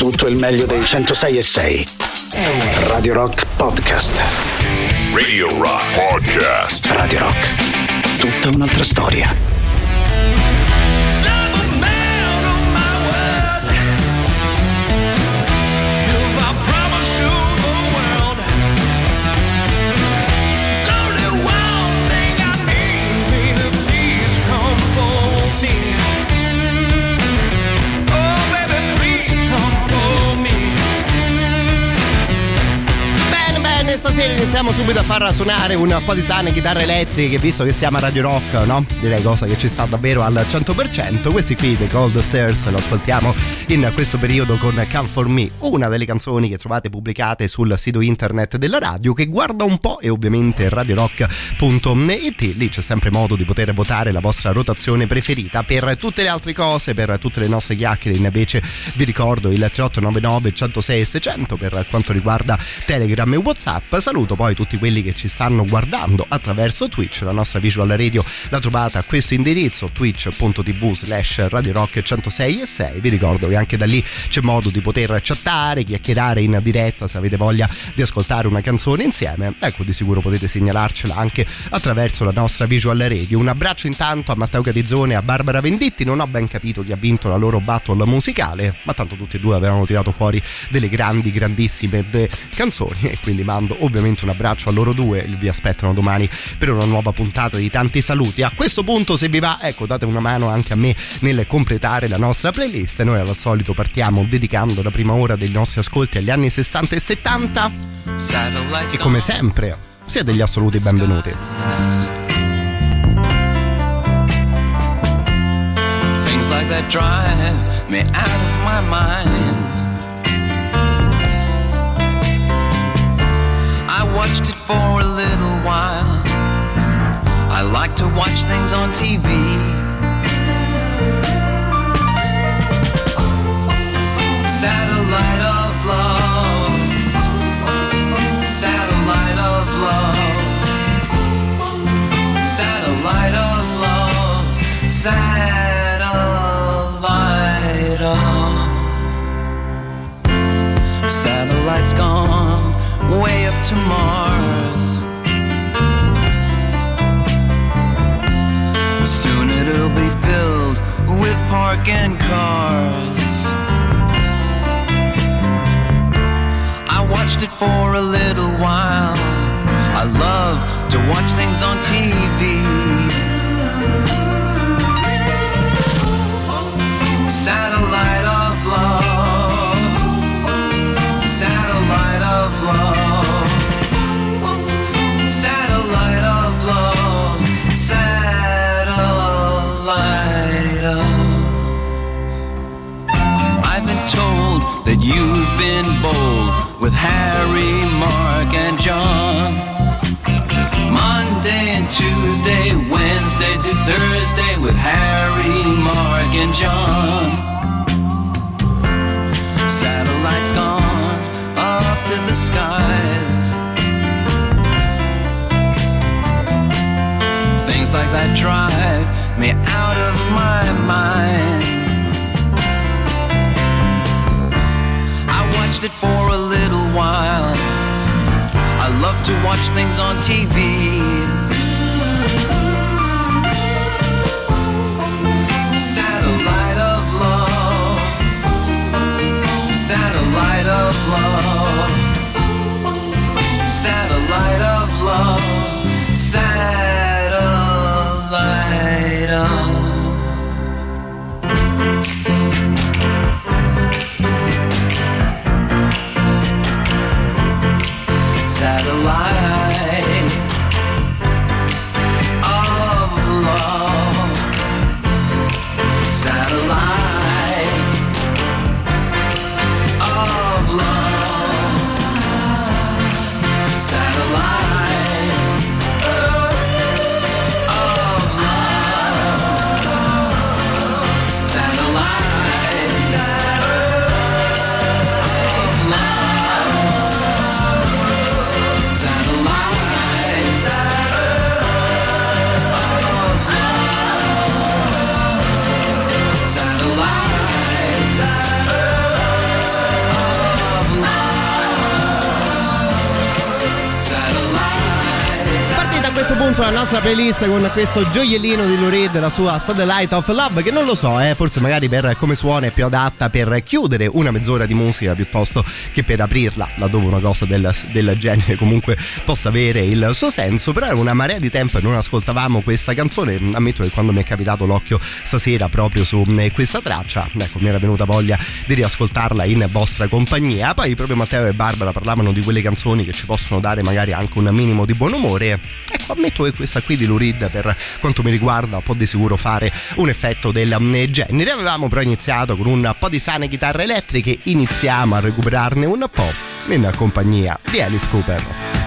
tutto il meglio dei 106.6. Radio Rock Podcast. Radio Rock Podcast. Radio Rock. Tutta un'altra storia. Stasera iniziamo subito a far suonare un po' di sane chitarre elettriche, visto che siamo a Radio Rock, no? Direi cosa che ci sta davvero al 100%. Questi qui, The Cold Stairs, lo ascoltiamo in questo periodo con Come For Me, una delle canzoni che trovate pubblicate sul sito internet della radio, che guarda un po', e ovviamente radiorock.it. Lì c'è sempre modo di poter votare la vostra rotazione preferita. Per tutte le altre cose, per tutte le nostre chiacchiere, invece vi ricordo il 3899 106 600 per quanto riguarda Telegram e WhatsApp. Saluto poi tutti quelli che ci stanno guardando attraverso Twitch. La nostra visual radio la trovate a questo indirizzo, twitch.tv/Radio Rock 106.6. Vi ricordo che anche da lì c'è modo di poter chattare, chiacchierare in diretta se avete voglia di ascoltare una canzone insieme. Ecco, di sicuro potete segnalarcela anche attraverso la nostra visual radio. Un abbraccio intanto a Matteo Catizzone e a Barbara Venditti. Non ho ben capito chi ha vinto la loro battle musicale, ma tanto tutti e due avevano tirato fuori delle grandissime canzoni, e quindi mando ovviamente un abbraccio a loro due. Vi aspettano domani per una nuova puntata di tanti saluti. A questo punto, se vi va, ecco, date una mano anche a me nel completare la nostra playlist. Noi al solito partiamo dedicando la prima ora dei nostri ascolti agli anni 60 e 70, e come sempre siete gli assoluti benvenuti. Things like that drive me out of my mind. I watched it for a little while. I like to watch things on TV. Satellite of love. Satellite of love. Satellite of love. Satellite of. Satellite's gone way up to Mars. Soon it'll be filled with parking cars. I watched it for a little while. I love to watch things on TV. Satellite of love. Satellite of love. Satellite of love. Satellite of. I've been told that you've been bold with Harry, Mark, and John. Monday and Tuesday, Wednesday through Thursday with Harry, Mark, and John. Satellite's gone up to the skies. Things like that drive me out of my mind. I watched it for a little while. I love to watch things on TV. Satellite of love. Satellite of love. Satellite of love. Satellite of. Satellite of love. Satellite of love. questo punto la nostra playlist con questo gioiellino di Lou Reed, la sua Satellite of Love, che non lo so, forse magari per come suona è più adatta per chiudere una mezz'ora di musica piuttosto che per aprirla, laddove una cosa del genere comunque possa avere il suo senso. Però era una marea di tempo e non ascoltavamo questa canzone. Ammetto che quando mi è capitato l'occhio stasera proprio su questa traccia, ecco, mi era venuta voglia di riascoltarla in vostra compagnia. Poi proprio Matteo e Barbara parlavano di quelle canzoni che ci possono dare magari anche un minimo di buon umore. Ecco, ammetto che questa qui di Lou Reed, per quanto mi riguarda, può di sicuro fare un effetto del genere. Avevamo però iniziato con un po' di sane chitarre elettriche, iniziamo a recuperarne un po' in compagnia di Alice Cooper.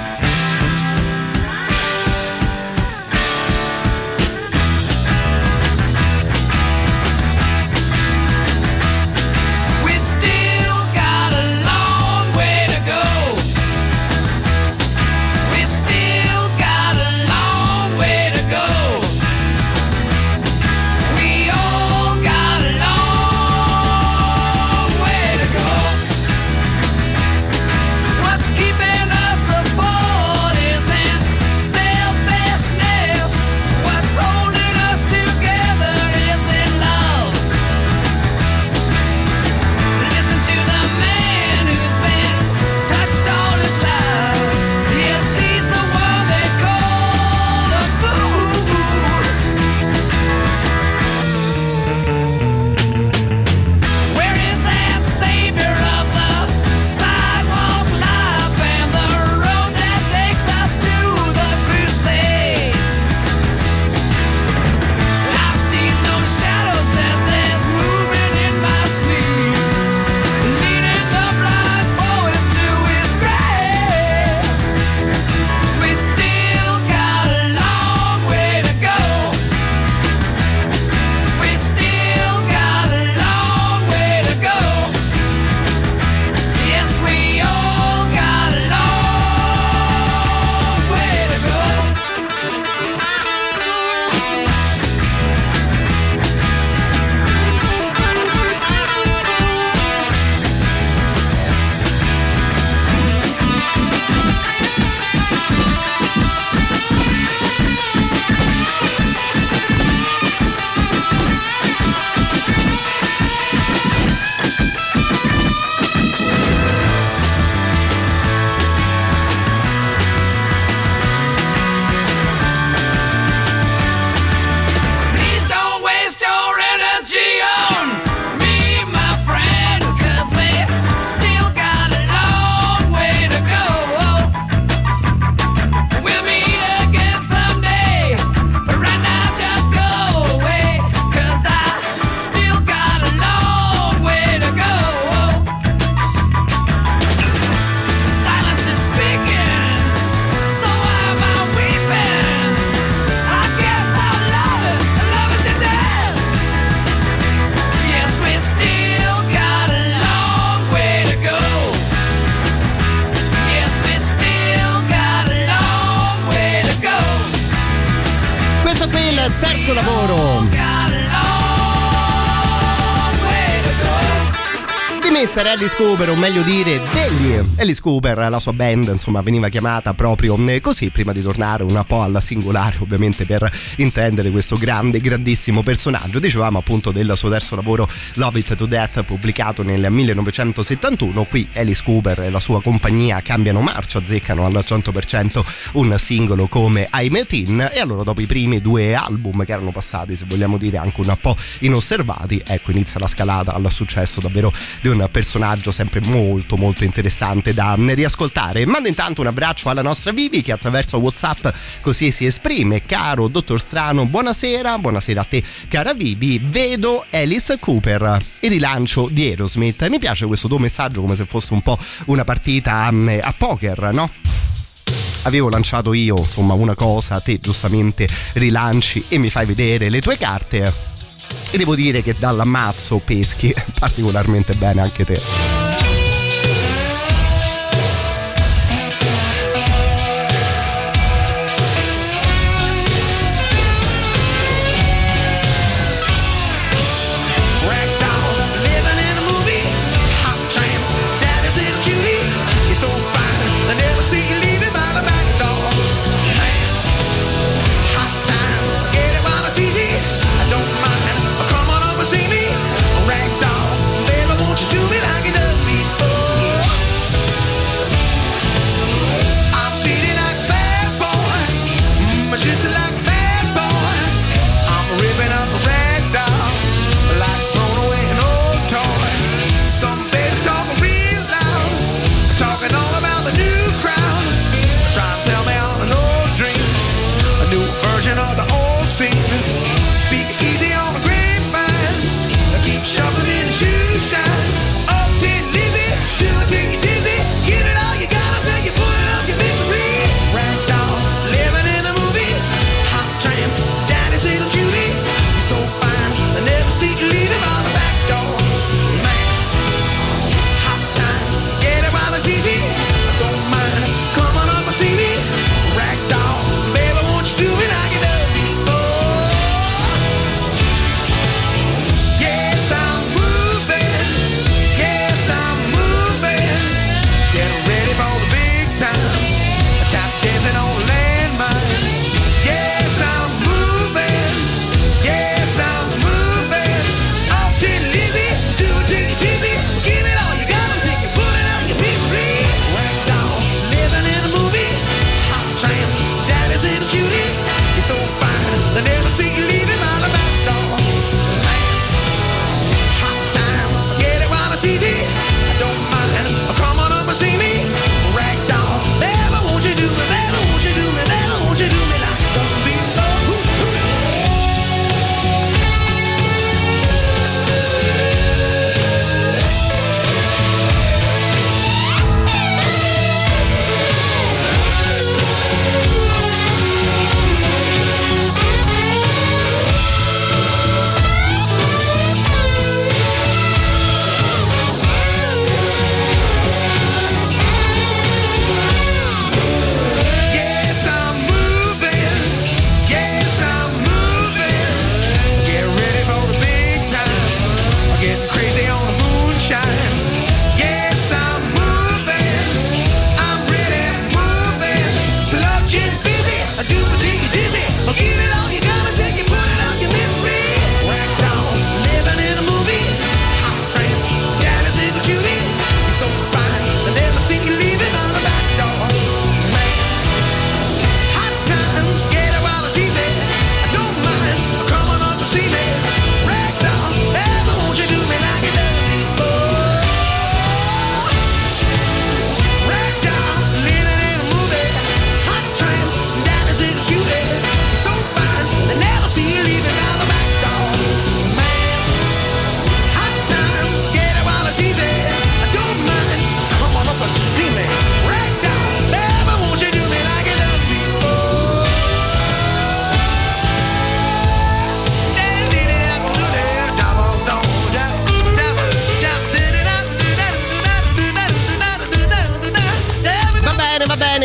Terzo lavoro di Mr. Alice Cooper, o meglio dire degli Alice Cooper. La sua band insomma veniva chiamata proprio così, prima di tornare un po' alla singolare, ovviamente, per intendere questo grandissimo personaggio. Dicevamo appunto del suo terzo lavoro, Love It to Death, pubblicato nel 1971. Qui Alice Cooper e la sua compagnia cambiano marcia, azzeccano al 100% un singolo come I'm a Teen, e allora dopo i primi due album che erano passati, se vogliamo dire, anche un po' inosservati, ecco, inizia la scalata al successo davvero di un personaggio sempre molto interessante da riascoltare. Mando intanto un abbraccio alla nostra Vivi, che attraverso WhatsApp così si esprime: caro dottor Strano, buonasera a te cara Vivi, vedo Alice Cooper, il rilancio di Aerosmith. Mi piace questo tuo messaggio, come se fosse un po' una partita a poker, no? Avevo lanciato io insomma una cosa, te giustamente rilanci e mi fai vedere le tue carte, e devo dire che dall'ammazzo peschi particolarmente bene anche te.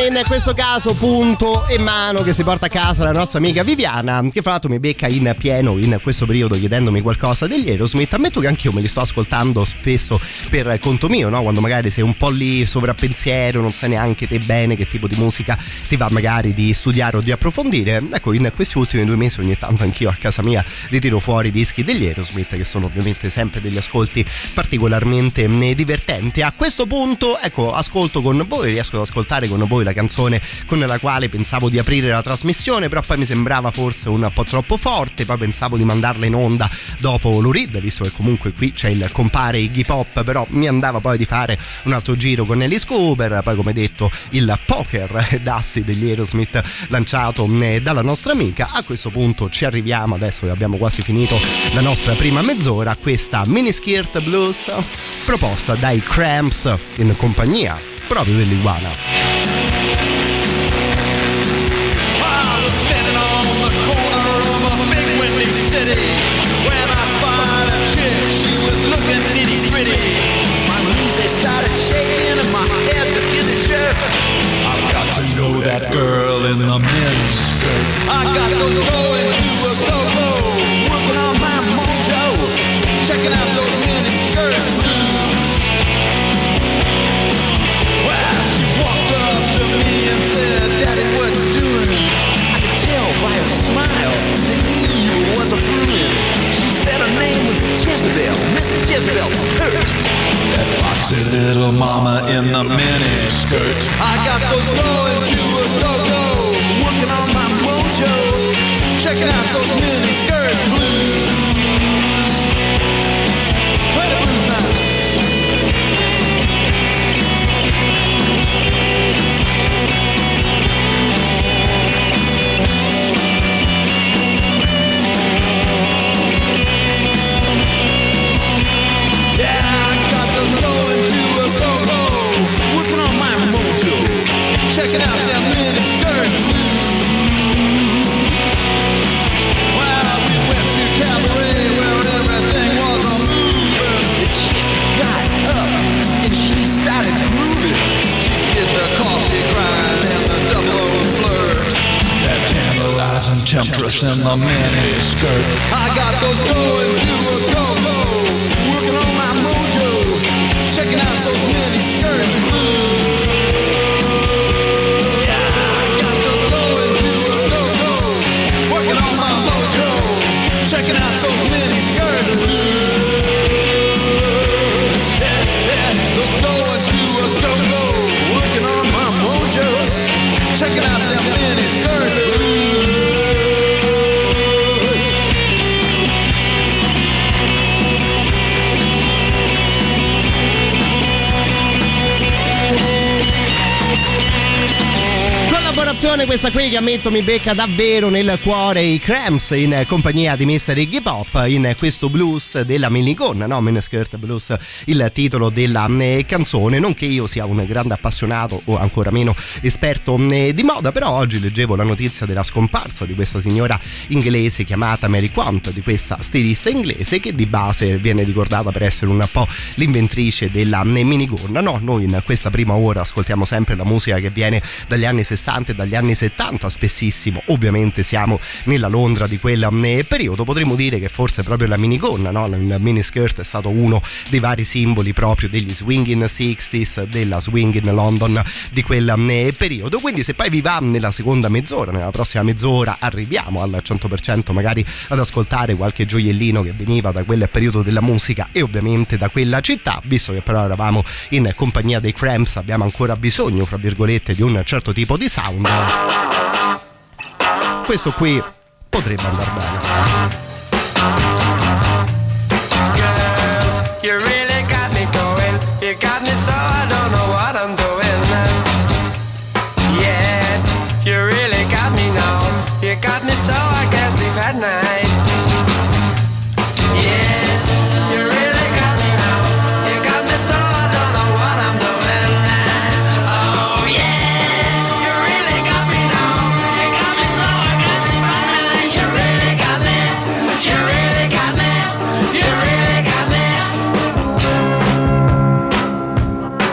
in questo caso punto e mano che si porta a casa la nostra amica Viviana, che fra l'altro mi becca in pieno in questo periodo chiedendomi qualcosa degli Aerosmith. Ammetto che anch'io me li sto ascoltando spesso per conto mio, no? Quando magari sei un po' lì sovrappensiero, non sai neanche te bene che tipo di musica ti va magari di studiare o di approfondire. Ecco, in questi ultimi 2 mesi ogni tanto anch'io a casa mia ritiro fuori i dischi degli Aerosmith, che sono ovviamente sempre degli ascolti particolarmente divertenti. A questo punto, ecco, ascolto con voi, riesco ad ascoltare con voi la canzone con la quale pensavo di aprire la trasmissione, però poi mi sembrava forse un po' troppo forte, poi pensavo di mandarla in onda dopo Lou Reed, visto che comunque qui c'è il compare Iggy Pop, però mi andava poi di fare un altro giro con Alice Cooper, poi come detto il Poker d'assi degli Aerosmith lanciato dalla nostra amica. A questo punto ci arriviamo, adesso che abbiamo quasi finito la nostra prima mezz'ora, a questa Miniskirt Blues proposta dai Cramps in compagnia proprio dell'Iguana. That girl in the miniskirt. I got those going to a go-go, working on my mojo, checking out those miniskirts. Well, she walked up to me and said, Daddy, what you doing? I could tell by her smile that Eve was a fool. She said her name was Jezebel, Miss Jezebel Hurt. That foxy little mama in the miniskirt. I got those going to a go-go, working on my mojo, checking out those miniskirt blues. Play the blues now. Checking out them miniskirts. Well, we went to cabaret where everything was a move. The chick got up and she started grooving. She did the coffee grind and the double flirt. That tantalizing temptress in the miniskirt. I got those going to a go-go, working on my mojo, checking out those miniskirts. Checking out those miniskirts. Yeah, yeah, those going to a go-go, working on my mojo, checking out them miniskirts. Questa qui che ammetto mi becca davvero nel cuore, i Cramps in compagnia di Mr. Iggy Pop in questo blues della minigonna, no? Miniskirt Blues, il titolo della canzone. Non che io sia un grande appassionato o ancora meno esperto di moda, però oggi leggevo la notizia della scomparsa di questa signora inglese chiamata Mary Quant, di questa stilista inglese che di base viene ricordata per essere un po' l'inventrice della minigonna, no? Noi in questa prima ora ascoltiamo sempre la musica che viene dagli anni 60 e dagli anni 70, spessissimo ovviamente siamo nella Londra di quel periodo. Potremmo dire che forse proprio la minigonna, no? Il miniskirt è stato uno dei vari simboli proprio degli swing in 60s, della swing in London di quel periodo. Quindi se poi vi va nella seconda mezz'ora, nella prossima mezz'ora arriviamo al 100% magari ad ascoltare qualche gioiellino che veniva da quel periodo della musica e ovviamente da quella città. Visto che però eravamo in compagnia dei Cramps, abbiamo ancora bisogno, fra virgolette, di un certo tipo di sound. Questo qui potrebbe andare bene. You really got me going. You got me so I don't know what I'm doing. Yeah, you really got me now. You got me so I can't sleep at night. Yeah, you really got me now. You got me so I don't know what I'm doing. Oh yeah, you really got me now. You got me so I can't sleep at night. You really got me. You really got me. You really got me.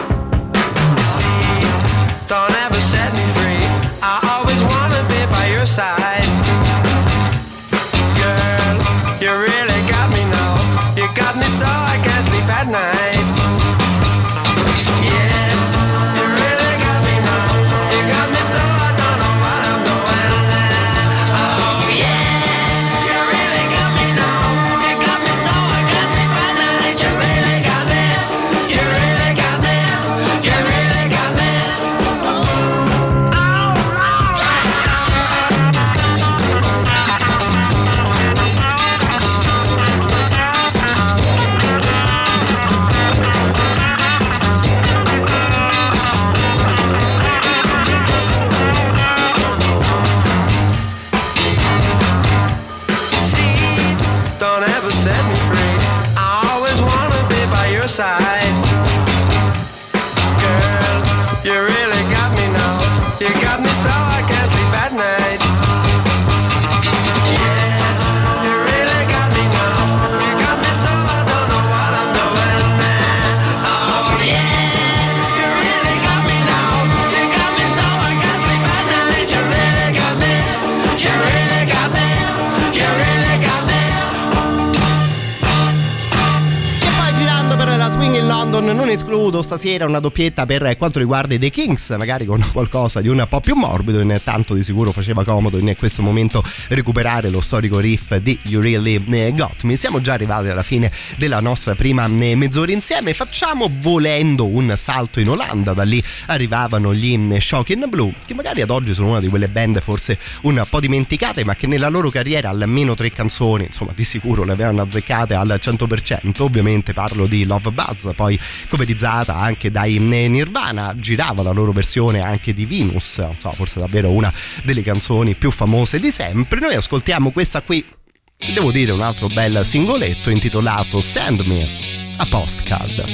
escludo stasera una doppietta per quanto riguarda i The Kings, magari con qualcosa di un po' più morbido. Intanto di sicuro faceva comodo in questo momento recuperare lo storico riff di You Really Got Me. Siamo già arrivati alla fine della nostra prima mezz'ora insieme. Facciamo volendo un salto in Olanda. Da lì arrivavano gli Shocking Blue, che magari ad oggi sono una di quelle band forse un po' dimenticate, ma che nella loro carriera almeno 3 canzoni insomma di sicuro le avevano azzeccate al 100%. Ovviamente parlo di Love Buzz, poi coverizzata anche dai Nirvana. Girava la loro versione anche di Venus, forse davvero una delle canzoni più famose di sempre. Noi ascoltiamo questa qui, devo dire un altro bel singoletto intitolato Send Me a Postcard.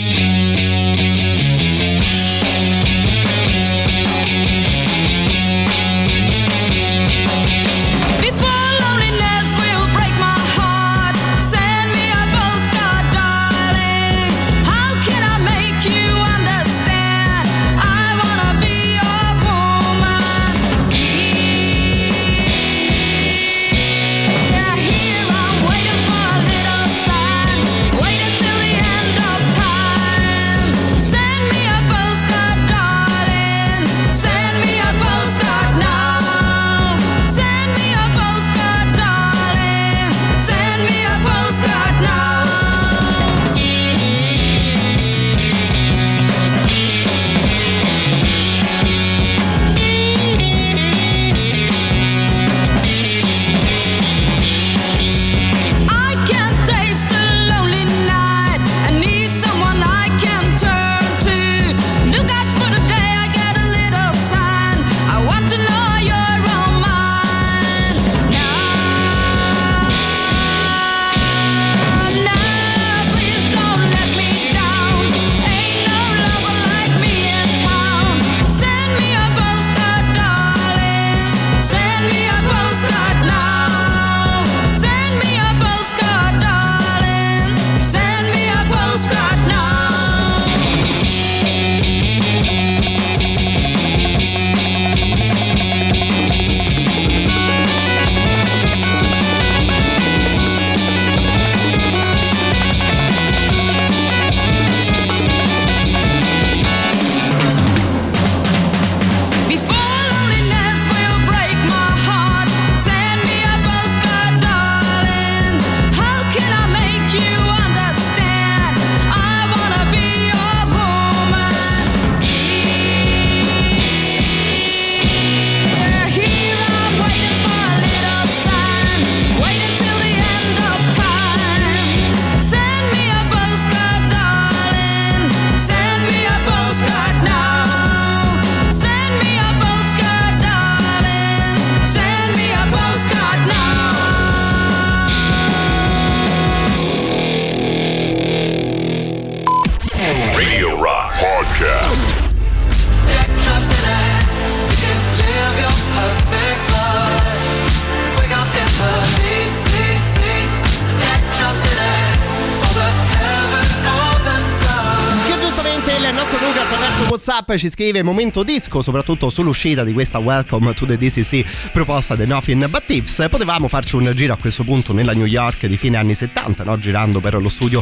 Ci scrive momento disco, soprattutto sull'uscita di questa Welcome to the DCC proposta dei Nothing But Thieves. Potevamo farci un giro a questo punto nella New York di fine anni 70, no? Girando per lo studio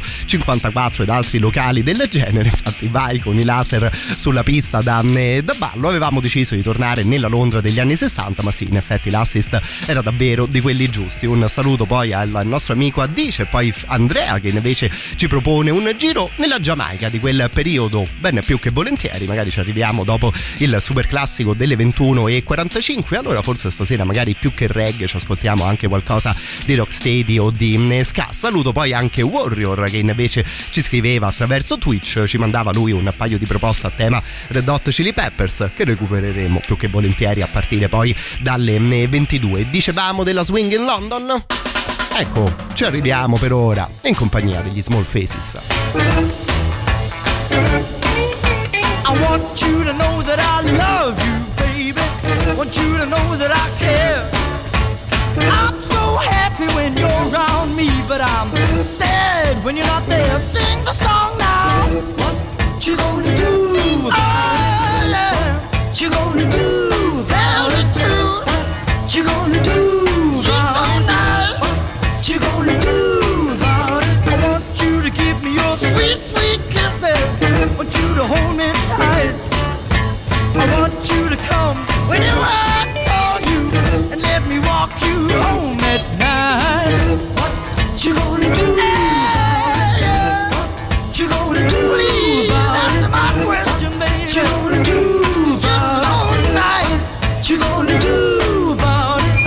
54 ed altri locali del genere. Infatti vai con i laser sulla pista da ballo. Avevamo deciso di tornare nella Londra degli anni 60, ma sì, in effetti l'assist era davvero di quelli giusti. Un saluto poi al nostro amico Addice e poi Andrea, che invece ci propone un giro nella Giamaica di quel periodo, ben più che volentieri. Magari ci arriviamo dopo il super classico delle 21:45. Allora forse stasera magari più che reggae ci ascoltiamo anche qualcosa di rocksteady o di ska. Saluto poi anche Warrior, che invece ci scriveva attraverso Twitch, ci mandava lui un paio di proposte a tema Red Hot Chili Peppers, che recupereremo più che volentieri a partire poi dalle 22. Dicevamo della Swing in London? Ecco, ci arriviamo per ora in compagnia degli Small Faces. I want you to know that I love you, baby. I want you to know that I care. I'm so happy when you're around me, but I'm sad when you're not there. Sing the song now. What you gonna do? Oh, yeah. What you gonna do? Tell the truth. What you gonna do? What you gonna do about it? I want you to give me your sweet, sweet kisses. want you to hold me tight. I want you to come whenever I call you and let me walk you home at night. What you gonna do? What you gonna do? Please answer my question, baby. What you gonna do? Just so nice. What you gonna do about it?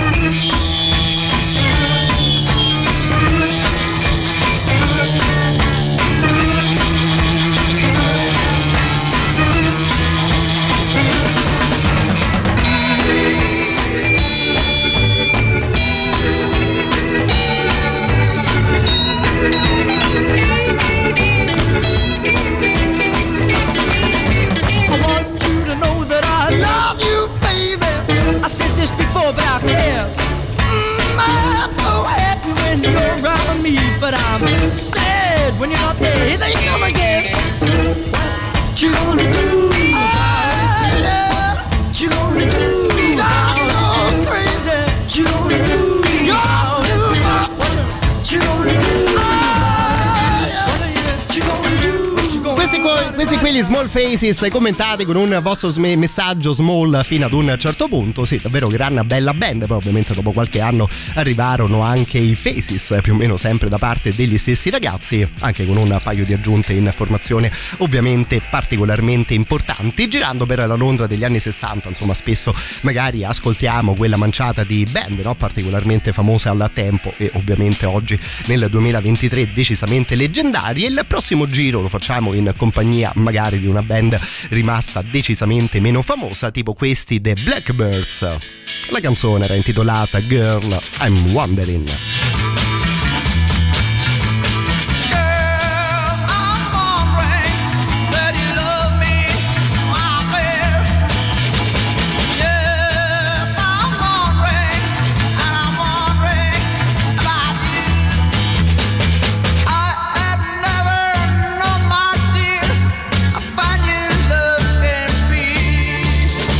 This before, but I care. I'm so happy when you're around me, but I'm sad when you're not there. Here they come again. What you gonna do? What you gonna do? I'm so crazy. What you gonna do? What you gonna do? What you gonna do? Questi qui gli Small Faces commentati con un vostro messaggio small fino ad un certo punto. Sì, davvero gran bella band. Poi ovviamente dopo qualche anno arrivarono anche i Faces, più o meno sempre da parte degli stessi ragazzi, anche con un paio di aggiunte in formazione ovviamente particolarmente importanti. Girando per la Londra degli anni 60, insomma, spesso magari ascoltiamo quella manciata di band, no? Particolarmente famose al tempo e ovviamente oggi nel 2023 decisamente leggendarie. Il prossimo giro lo facciamo in compagnia magari di una band rimasta decisamente meno famosa, tipo questi The Blackbirds. La canzone era intitolata Girl, I'm Wondering.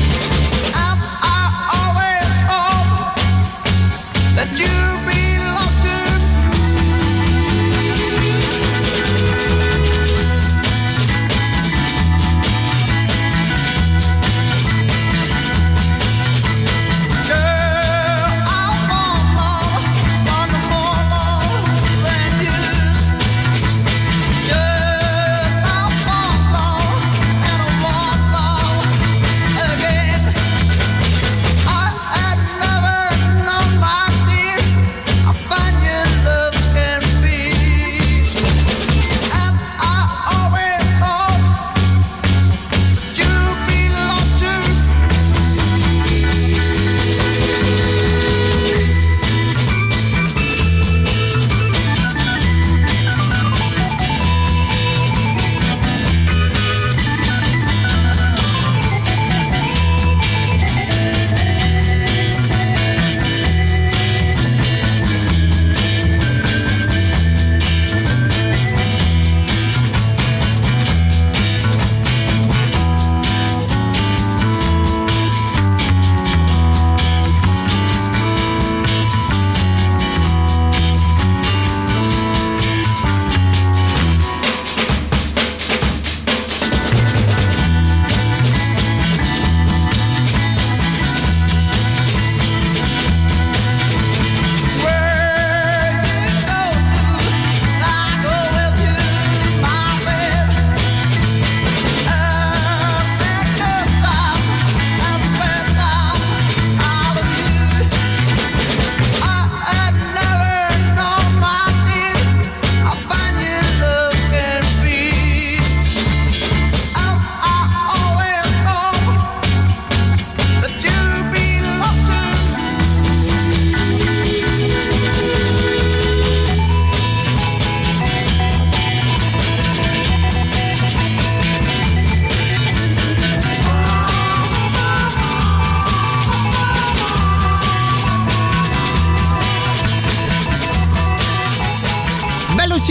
That you belong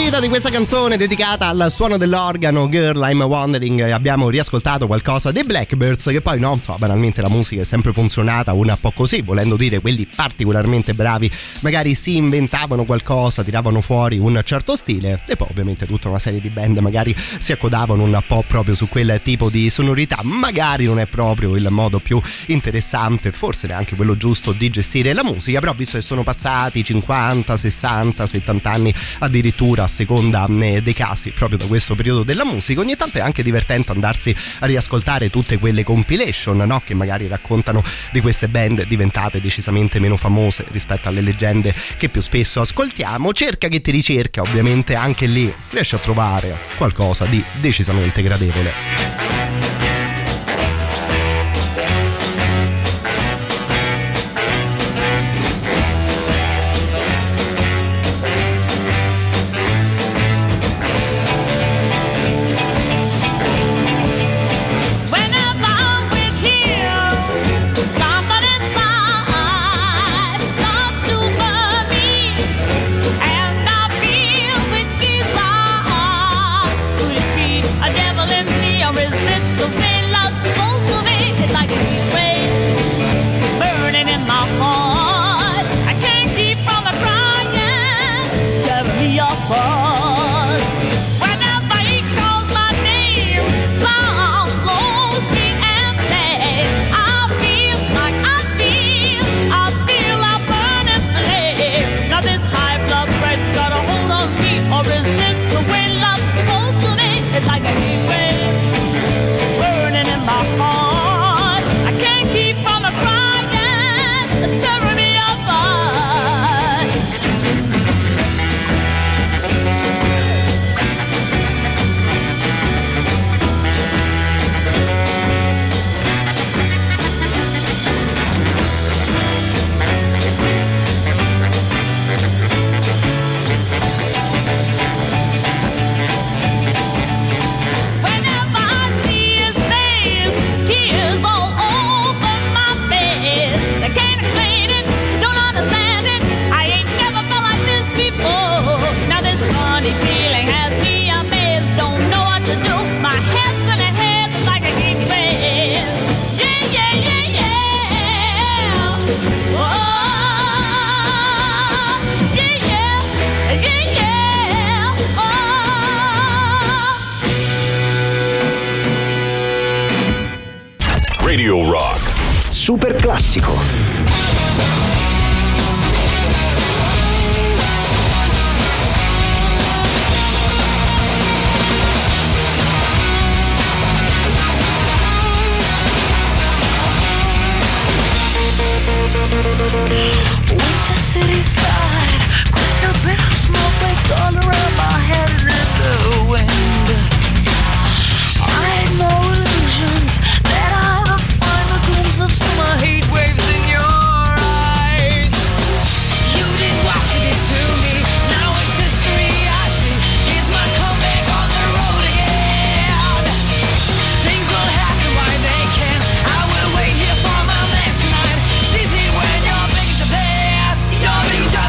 All'uscita di questa canzone dedicata al suono dell'organo Girl I'm Wondering abbiamo riascoltato qualcosa dei Blackbirds, che poi no, banalmente la musica è sempre funzionata un po' così, volendo dire quelli particolarmente bravi magari si inventavano qualcosa, tiravano fuori un certo stile e poi ovviamente tutta una serie di band magari si accodavano un po' proprio su quel tipo di sonorità. Magari non è proprio il modo più interessante, forse neanche quello giusto di gestire la musica, però visto che sono passati 50, 60, 70 anni addirittura a seconda dei casi proprio da questo periodo della musica, ogni tanto è anche divertente andarsi a riascoltare tutte quelle compilation, no? Che magari raccontano di queste band diventate decisamente meno famose rispetto alle leggende che più spesso ascoltiamo. Cerca che ti ricerca, ovviamente anche lì riesci a trovare qualcosa di decisamente gradevole. Radio Rock. Super classico. Winter city side, crystal brittle snowflakes all around my head and in the wind. I had no illusions that I ever find a glimpse of summer heat waves in your eyes. You did what you did to me, now it's history I see. Here's my comeback on the road again. Things will happen while they can. I will wait here for my man tonight. It's easy when you're big Japan. You're big Japan.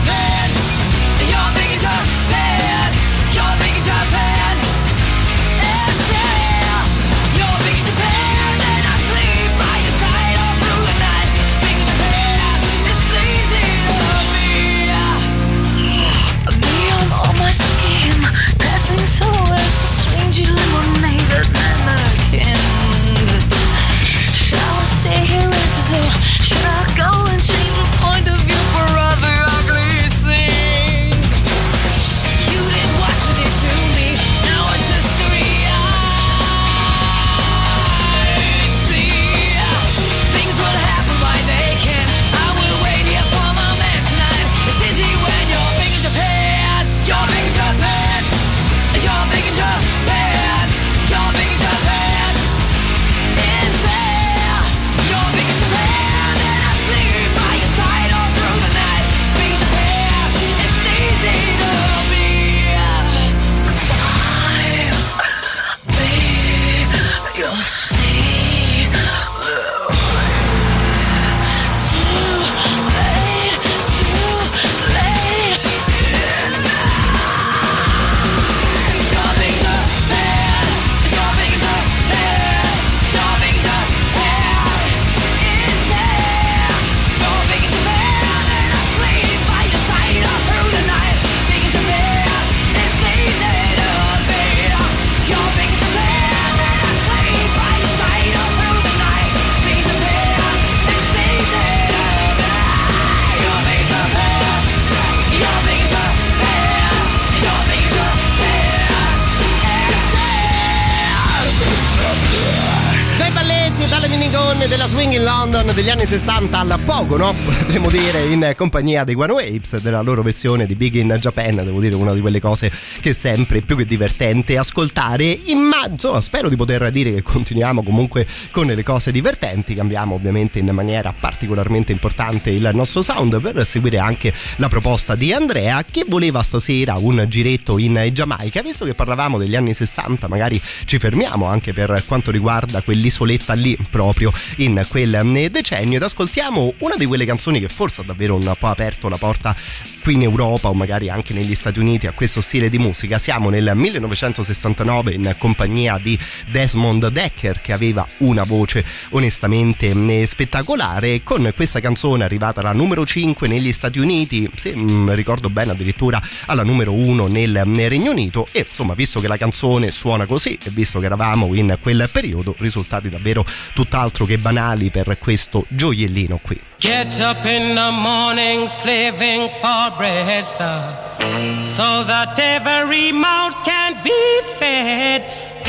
Gone della Swing in London degli anni 60 al poco, no? Potremmo dire, in compagnia dei One Waves, della loro versione di Big in Japan. Devo dire, una di quelle cose che è sempre più che divertente ascoltare. Insomma, spero di poter dire che continuiamo comunque con le cose divertenti. Cambiamo ovviamente in maniera particolarmente importante il nostro sound per seguire anche la proposta di Andrea, che voleva stasera un giretto in Giamaica. Visto che parlavamo degli anni 60, magari ci fermiamo anche per quanto riguarda quell'isoletta lì, proprio in quel decennio, ed ascoltiamo una di quelle canzoni che forse ha davvero un po' aperto la porta qui in Europa o magari anche negli Stati Uniti a questo stile di musica. Siamo nel 1969 in compagnia di Desmond Dekker, che aveva una voce onestamente spettacolare. Con questa canzone arrivata alla numero 5 negli Stati Uniti, se ricordo bene addirittura alla numero 1 nel Regno Unito, e insomma, visto che la canzone suona così e visto che eravamo in quel periodo, risultati davvero tutt'altro che banali per questo gioiellino qui. Get up in the morning slaving for bread, sir, so that every mouth can be fed.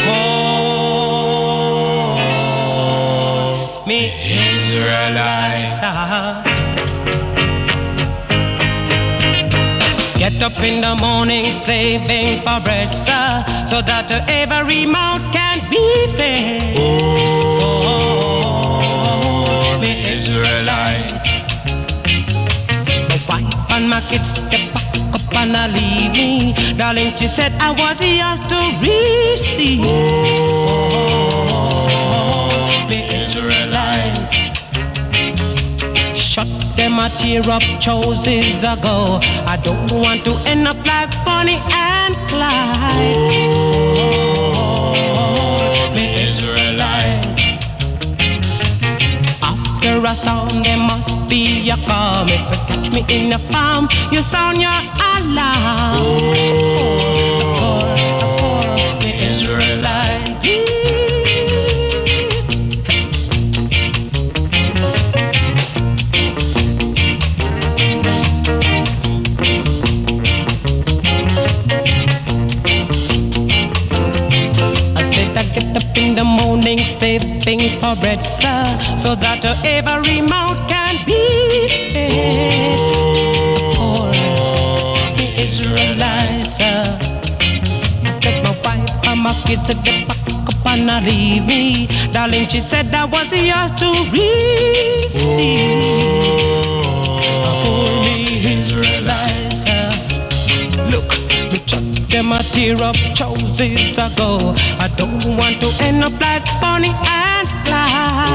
Oh, me Israelites, get up in the morning slaving for bread, sir, so that every mouth can be fed. Oh, me Israelite. My wife and my kids step back up and leave me. Darling, she said I was yours to receive. Oh, me Israelite. Shut them a tear up choices ago. I don't want to end up like Bonnie and Clyde. Oh, me Israelite. After a storm there must be a calm. If you catch me in the farm, you sound your alarm. Oh, me Israelite. Get up in the morning, slaving for bread, sir, so that every mouth can be fed. Oh, the Israelites, sir. I said my wife and my kids at the back up and leave me. Darling, she said I was yours to receive. Oh, the Israelites, sir. Look, me chuck them a tear up choices ago. I don't want to end up like Bonnie and Clyde.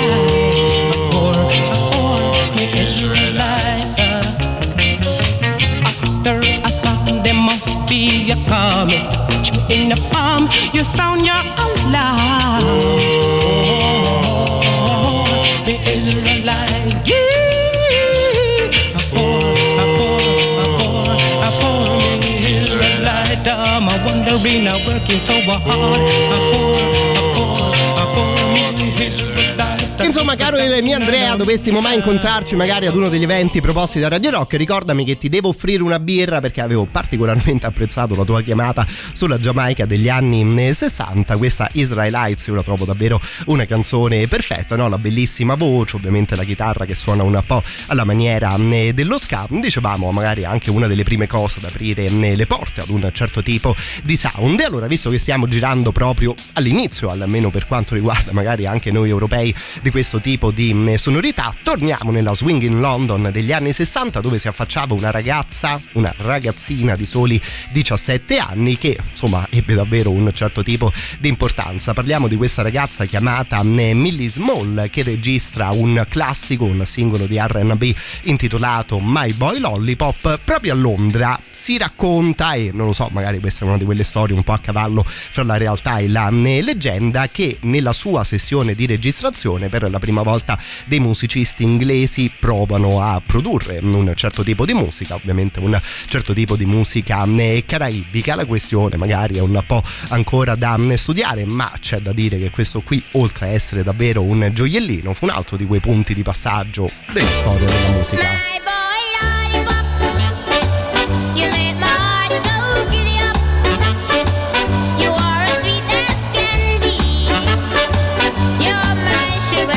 The Israelites. After a storm there must be a calm. If you catch me in the palm, you sound your alarm. Oh, the Israelites. Yeah. I'm wondering, I'm working so hard. Insomma, caro il mio Andrea, dovessimo mai incontrarci magari ad uno degli eventi proposti da Radio Rock, ricordami che ti devo offrire una birra, perché avevo particolarmente apprezzato la tua chiamata sulla Giamaica degli anni 60. Questa Israelites io la trovo davvero una canzone perfetta, no? La bellissima voce, ovviamente la chitarra che suona un po' alla maniera dello ska. Dicevamo, magari anche una delle prime cose ad aprire le porte ad un certo tipo di sound. E allora, visto che stiamo girando proprio all'inizio, almeno per quanto riguarda magari anche noi europei, di questo tipo di sonorità, torniamo nella Swing in London degli anni 60, dove si affacciava una ragazzina di soli 17 anni che insomma ebbe davvero un certo tipo di importanza. Parliamo di questa ragazza chiamata Millie Small, che registra un classico, un singolo di R&B intitolato My Boy Lollipop proprio a Londra. Si racconta, e non lo so, magari questa è una di quelle storie un po' a cavallo fra la realtà e la leggenda, che nella sua sessione di registrazione per la prima volta dei musicisti inglesi provano a produrre un certo tipo di musica, ovviamente un certo tipo di musica caraibica. La questione magari è un po' ancora da studiare, ma c'è da dire che questo qui, oltre a essere davvero un gioiellino, fu un altro di quei punti di passaggio della storia della musica. Sugar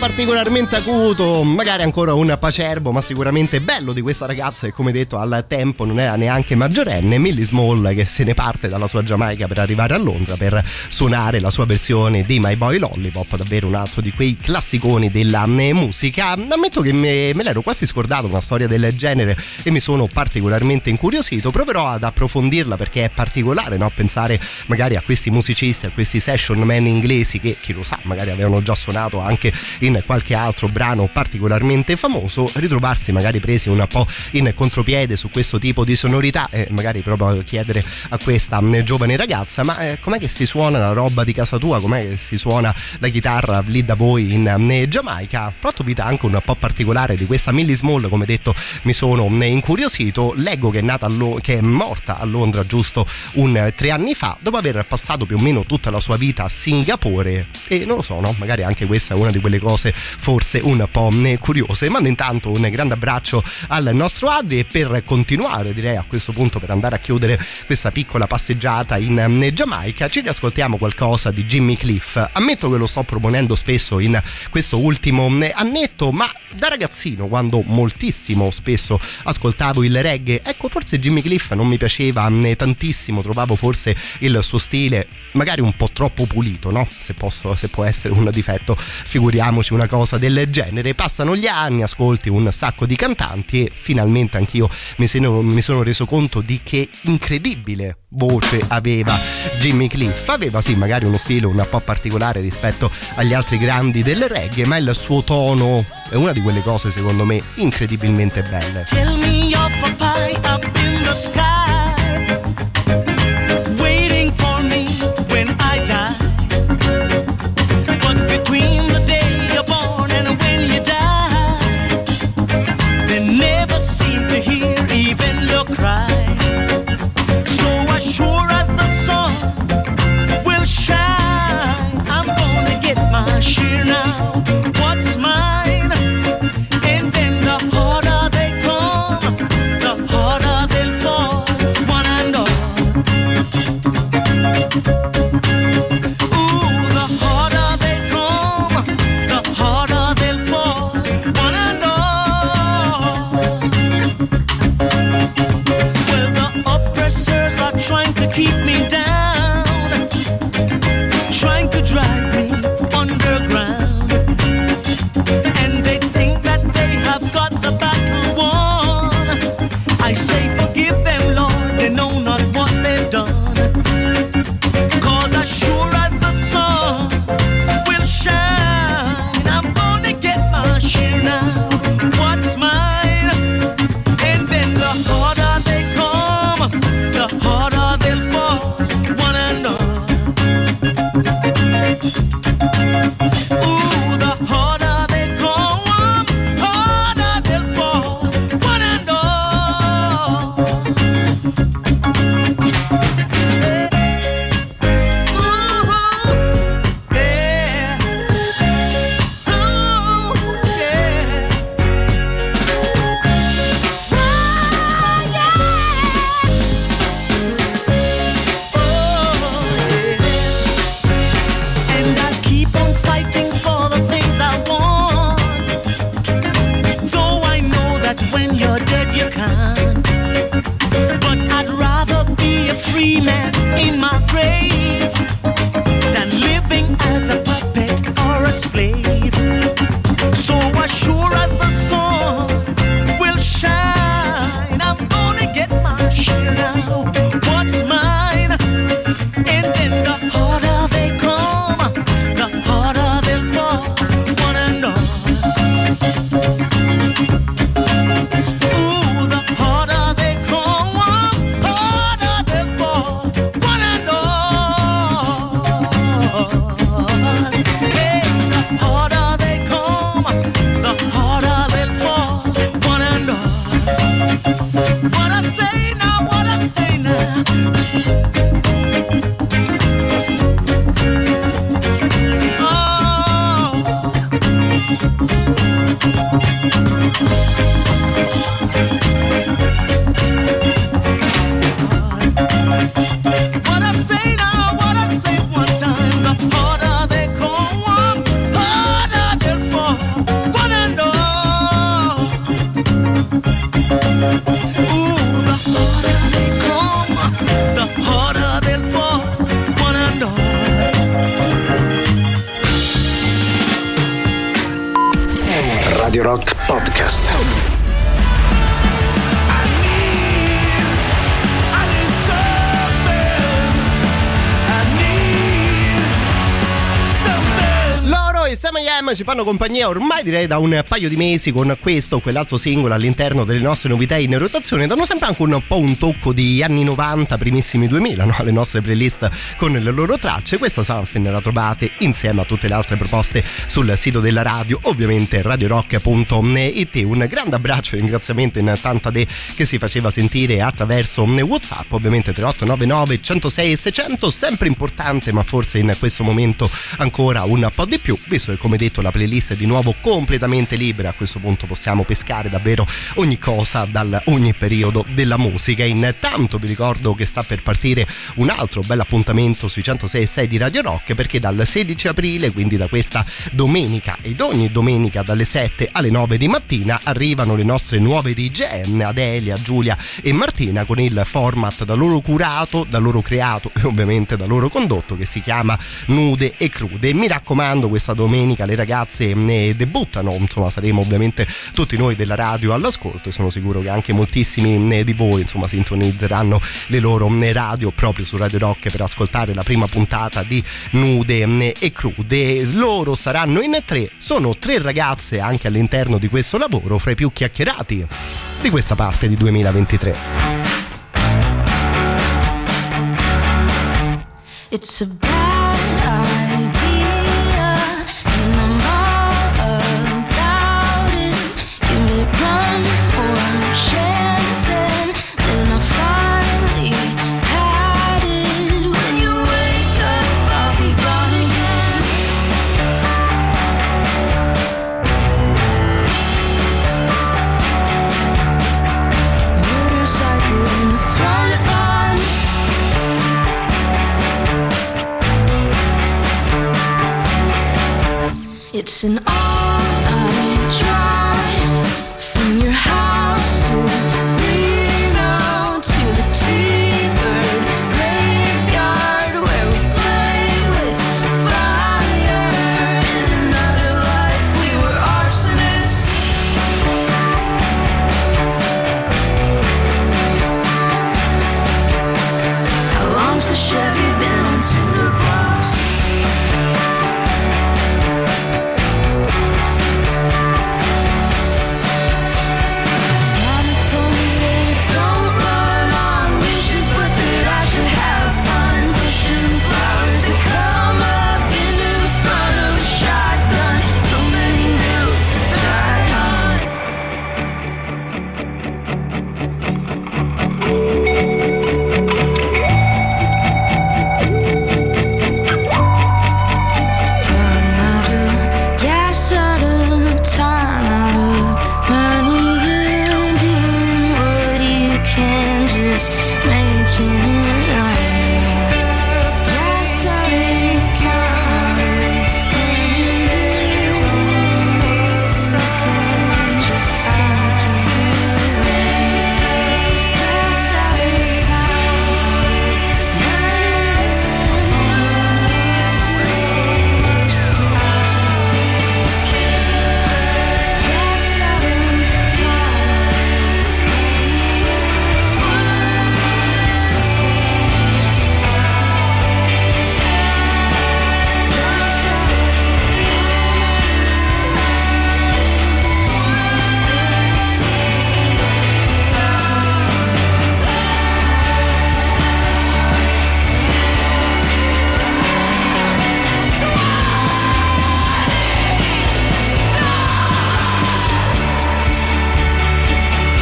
particolarmente acuto, magari ancora un pacerbo, ma sicuramente bello di questa ragazza che, come detto, al tempo non era neanche maggiorenne, Millie Small, che se ne parte dalla sua Giamaica per arrivare a Londra per suonare la sua versione di My Boy Lollipop, davvero un altro di quei classiconi della musica. Ammetto che me l'ero quasi scordato una storia del genere e mi sono particolarmente incuriosito. Proverò ad approfondirla perché è particolare, no? Pensare magari a questi musicisti, a questi session man inglesi che, chi lo sa, magari avevano già suonato anche in qualche altro brano particolarmente famoso, ritrovarsi magari presi un po' in contropiede su questo tipo di sonorità e magari proprio chiedere a questa giovane ragazza: ma com'è che si suona la roba di casa tua, com'è che si suona la chitarra lì da voi in Giamaica? Fatto vita anche un po' particolare di questa Millie Small, come detto mi sono incuriosito. Leggo che è nata che è morta a Londra giusto 3 anni fa, dopo aver passato più o meno tutta la sua vita a Singapore, e non lo so, no? Magari anche questa è una di quelle cose forse un po' curiose. Mando intanto un grande abbraccio al nostro Adri e per continuare, direi a questo punto, per andare a chiudere questa piccola passeggiata in Giamaica, ci riascoltiamo qualcosa di Jimmy Cliff. Ammetto che lo sto proponendo spesso in questo ultimo annetto, ma da ragazzino, quando moltissimo spesso ascoltavo il reggae, ecco, forse Jimmy Cliff non mi piaceva tantissimo, trovavo forse il suo stile magari un po' troppo pulito, no? Se può essere un difetto, figuriamoci una cosa del genere. Passano gli anni, ascolti un sacco di cantanti e finalmente anch'io mi sono reso conto di che incredibile voce aveva Jimmy Cliff. Aveva sì magari uno stile un po' particolare rispetto agli altri grandi del reggae, ma il suo tono è una di quelle cose secondo me incredibilmente belle. Tell me of a pie up in the sky, waiting for me when I die. But between the day you're born and when you die, they never seem to hear even your cry. So as sure as the sun will shine, I'm gonna get my share now. What's mine? And then the harder they come, the harder they'll fall. Ooh, the harder they come, the harder they'll fall, one and all. Radio Rock Podcast. E Sam & Am ci fanno compagnia ormai direi da un paio di mesi con questo o quell'altro singolo all'interno delle nostre novità in rotazione. Danno sempre anche un po' un tocco di anni 90, primissimi 2000, no? Le nostre playlist con le loro tracce. Questa Something la trovate insieme a tutte le altre proposte sul sito della radio, ovviamente radiorock.it. Un grande abbraccio e ringraziamento in tanta de che si faceva sentire attraverso WhatsApp, ovviamente 3899 106 600, sempre importante ma forse in questo momento ancora un po' di più, visto che come detto la playlist è di nuovo completamente libera. A questo punto possiamo pescare davvero ogni cosa da ogni periodo della musica. Intanto vi ricordo che sta per partire un altro bel appuntamento sui 106.6 di Radio Rock, perché dal 16 aprile, quindi da questa domenica ed ogni domenica dalle 7 alle 9 di mattina, arrivano le nostre nuove DJ Adelia, Giulia e Martina, con il format da loro curato, da loro creato e ovviamente da loro condotto, che si chiama Nude e Crude. Mi raccomando, questa domenica le ragazze ne debuttano, insomma saremo ovviamente tutti noi della radio all'ascolto e sono sicuro che anche moltissimi di voi insomma sintonizzeranno le loro radio proprio su Radio Rock per ascoltare la prima puntata di Nude e Crude. Loro saranno in tre, sono tre ragazze anche all'interno di questo lavoro, fra i più chiacchierati di questa parte di 2023. It's a bad idea, and I'm all about it. Give me one more chance, and then I finally had it. When you wake up, I'll be gone again. Motorcycle in the front lawn. It's an all-night drive from your house to Reno, to the T-Bird graveyard where we play with fire. In another life we were arsonists. How long's the Chevy been on cinder blocks?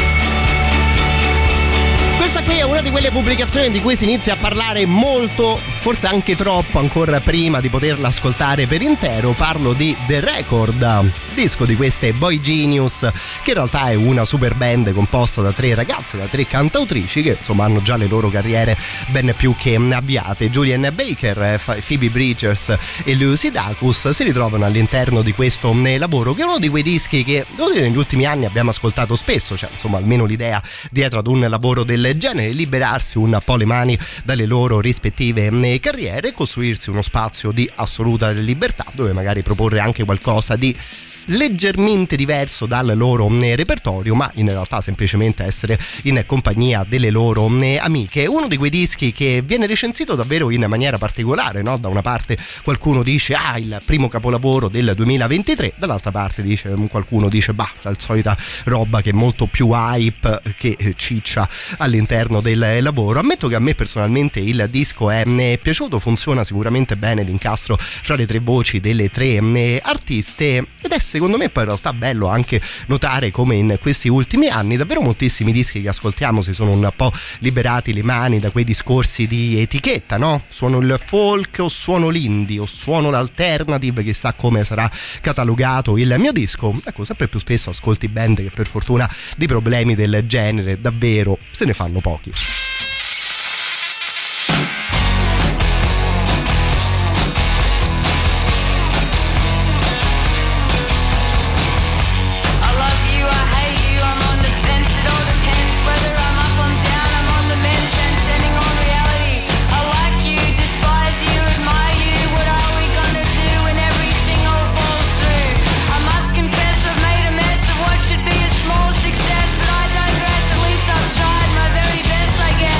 Pubblicazione di cui si inizia a parlare molto forse anche troppo ancora prima di poterla ascoltare per intero. Parlo di The Record, disco di queste Boy Genius, che in realtà è una super band composta da 3 ragazze, da 3 cantautrici che insomma hanno già le loro carriere ben più che avviate. Julian Baker, Phoebe Bridgers e Lucy Dacus si ritrovano all'interno di questo lavoro, che è uno di quei dischi che devo dire negli ultimi anni abbiamo ascoltato spesso, cioè insomma almeno l'idea dietro ad un lavoro del genere, liberarsi un po' le mani dalle loro rispettive carriere e costruirsi uno spazio di assoluta libertà dove magari proporre anche qualcosa di leggermente diverso dal loro repertorio, ma in realtà semplicemente essere in compagnia delle loro amiche. Uno di quei dischi che viene recensito davvero in maniera particolare, no? Da una parte qualcuno dice il primo capolavoro del 2023, dall'altra parte qualcuno dice la solita roba che è molto più hype che ciccia all'interno del lavoro. Ammetto che a me personalmente il disco è piaciuto, funziona sicuramente bene l'incastro fra le 3 voci delle 3 artiste, ed è secondo me poi in realtà bello anche notare come in questi ultimi anni davvero moltissimi dischi che ascoltiamo si sono un po' liberati le mani da quei discorsi di etichetta, no? Suono il folk o suono l'indie o suono l'alternative, chissà come sarà catalogato il mio disco. Ecco, sempre più spesso ascolti band che per fortuna di problemi del genere davvero se ne fanno pochi. Success, but I digress. At least I've tried my very best, I guess.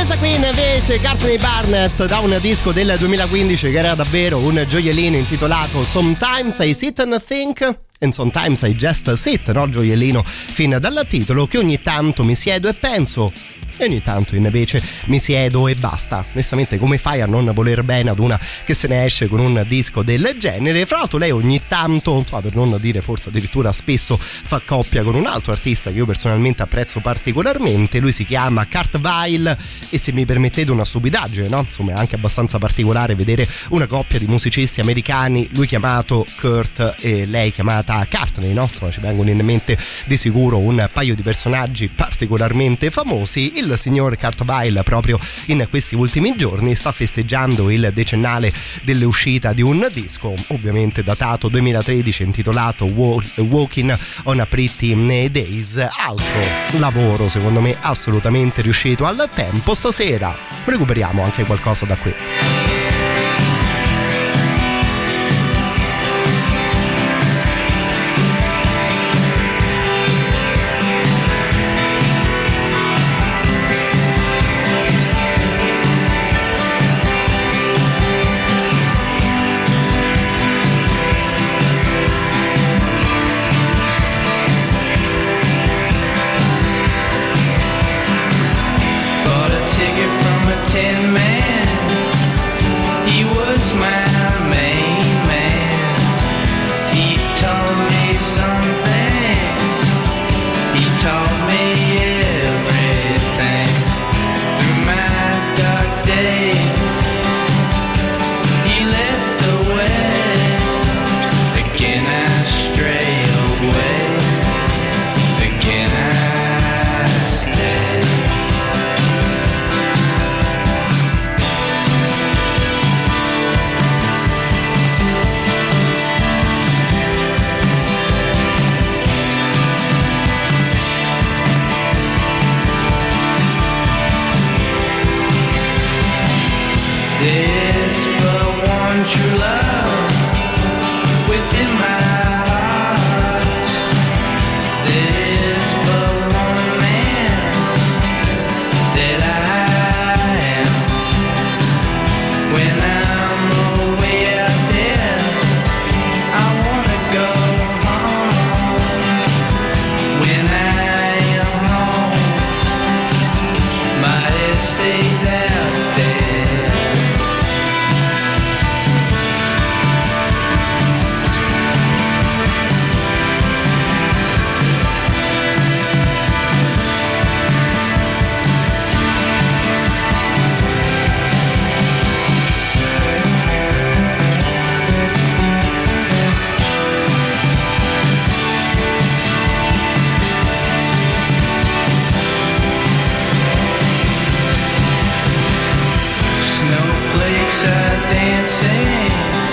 Questa qui invece Courtney Barnett da un disco del 2015 che era davvero un gioiellino intitolato Sometimes I Sit and Think and Sometimes I Just Sit, no? Gioiellino fin dal titolo, che ogni tanto mi siedo e penso e ogni tanto invece mi siedo e basta. Onestamente, come fai a non voler bene ad una che se ne esce con un disco del genere? Fra l'altro lei ogni tanto, per non dire forse addirittura spesso, fa coppia con un altro artista che io personalmente apprezzo particolarmente. Lui si chiama Kurt Weill e, se mi permettete una stupidaggine, no? Insomma, è anche abbastanza particolare vedere una coppia di musicisti americani, lui chiamato Kurt e lei chiamata Courtney, no? Insomma, ci vengono in mente di sicuro un paio di personaggi particolarmente famosi. Il signor Kurt Weill proprio in questi ultimi giorni sta festeggiando il decennale dell'uscita di un disco, ovviamente datato 2013, intitolato Walking on a Pretty Days. Altro lavoro secondo me assolutamente riuscito al tempo. Stasera recuperiamo anche qualcosa da qui. Tin Man, he was my main man. He taught me something, he taught me everything. Through my dark day, he led the way. Again I stray away, again I stay. There's but one true love within my heart. There's but one man that I am. When I'm away out there, I wanna go home. When I am home, my head stays out there. Snowflakes are dancing,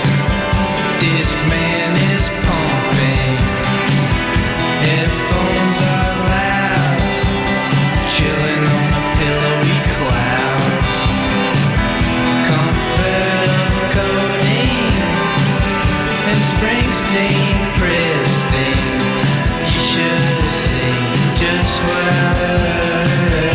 Discman is pumping, headphones are loud, chilling on a pillowy cloud. Comfort of codeine and Springsteen pristine. You should have seen just what I heard.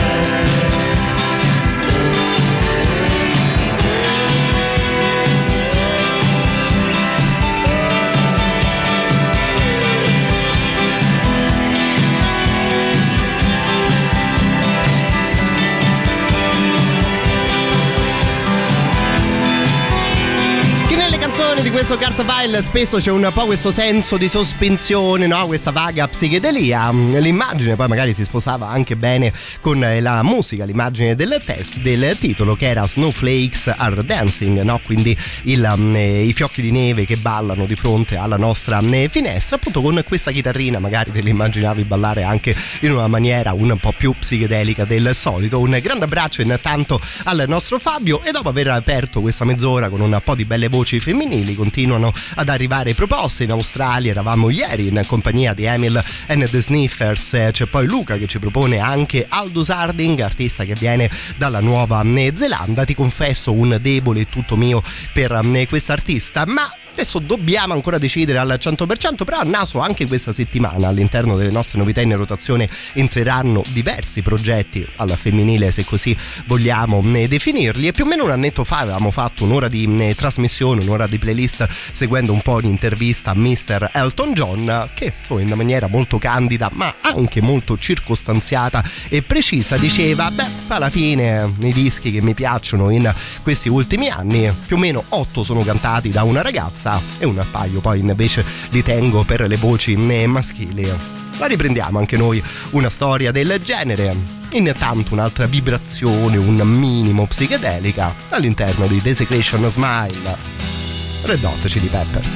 Di questo Kurt Weill spesso c'è un po' questo senso di sospensione, no? Questa vaga psichedelia. L'immagine poi magari si sposava anche bene con la musica, l'immagine del titolo, che era Snowflakes Are Dancing, no? Quindi i fiocchi di neve che ballano di fronte alla nostra finestra. Appunto, con questa chitarrina magari te l'immaginavi ballare anche in una maniera un po' più psichedelica del solito. Un grande abbraccio intanto al nostro Fabio, e dopo aver aperto questa mezz'ora con un po' di belle voci femminili, continuano ad arrivare proposte. In Australia eravamo ieri in compagnia di Emil and the Sniffers, c'è poi Luca che ci propone anche Aldous Harding, artista che viene dalla Nuova Zelanda. Ti confesso un debole tutto mio per quest'artista, ma Adesso dobbiamo ancora decidere al 100%, però a naso anche questa settimana all'interno delle nostre novità in rotazione entreranno diversi progetti alla femminile, se così vogliamo definirli, e più o meno un annetto fa avevamo fatto un'ora di trasmissione, un'ora di playlist seguendo un po' l'intervista a Mr. Elton John, che in maniera molto candida ma anche molto circostanziata e precisa diceva: beh, alla fine i dischi che mi piacciono in questi ultimi anni più o meno 8 sono cantati da una ragazza e un paio poi invece li tengo per le voci maschili. La riprendiamo anche noi una storia del genere, intanto un'altra vibrazione un minimo psichedelica all'interno di Desecration Smile, Red Hot Chili Peppers.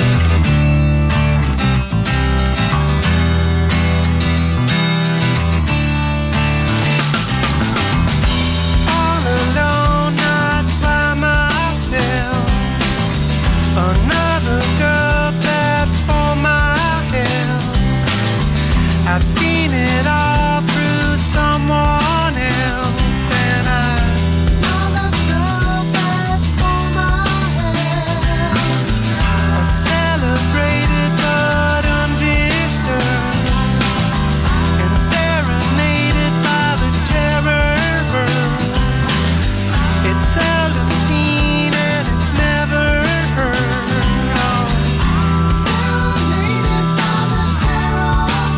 I've seen it all through someone else, and I'm not a girl back for my head. A celebrated but undisturbed, and serenaded by the terror. It's seldom seen and it's never heard. Serenaded by the terror.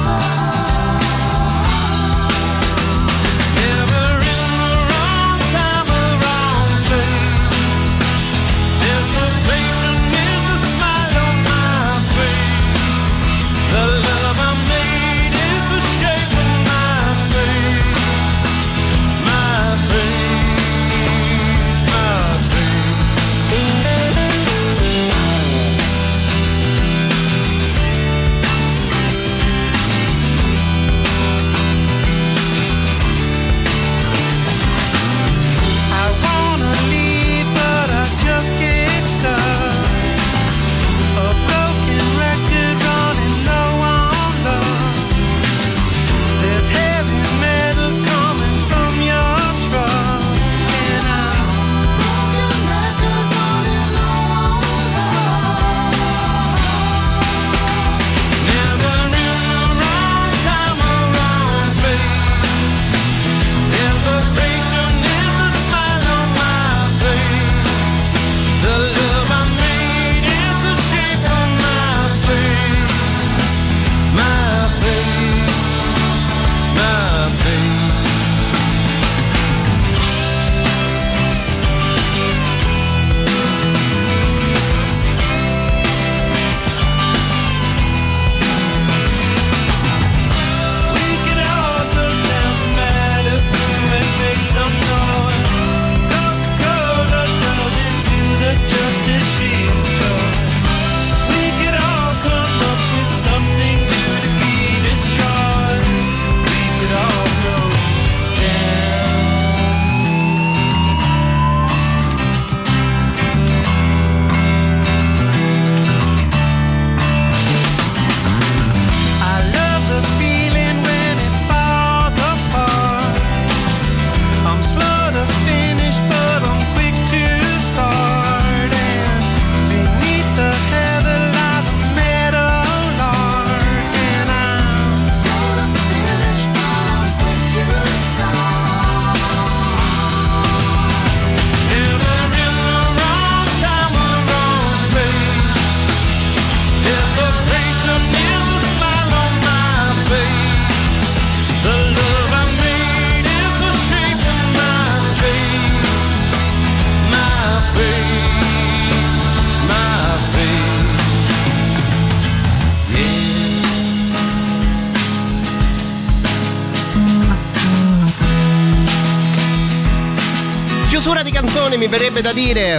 Chiusura di canzone, mi verrebbe da dire,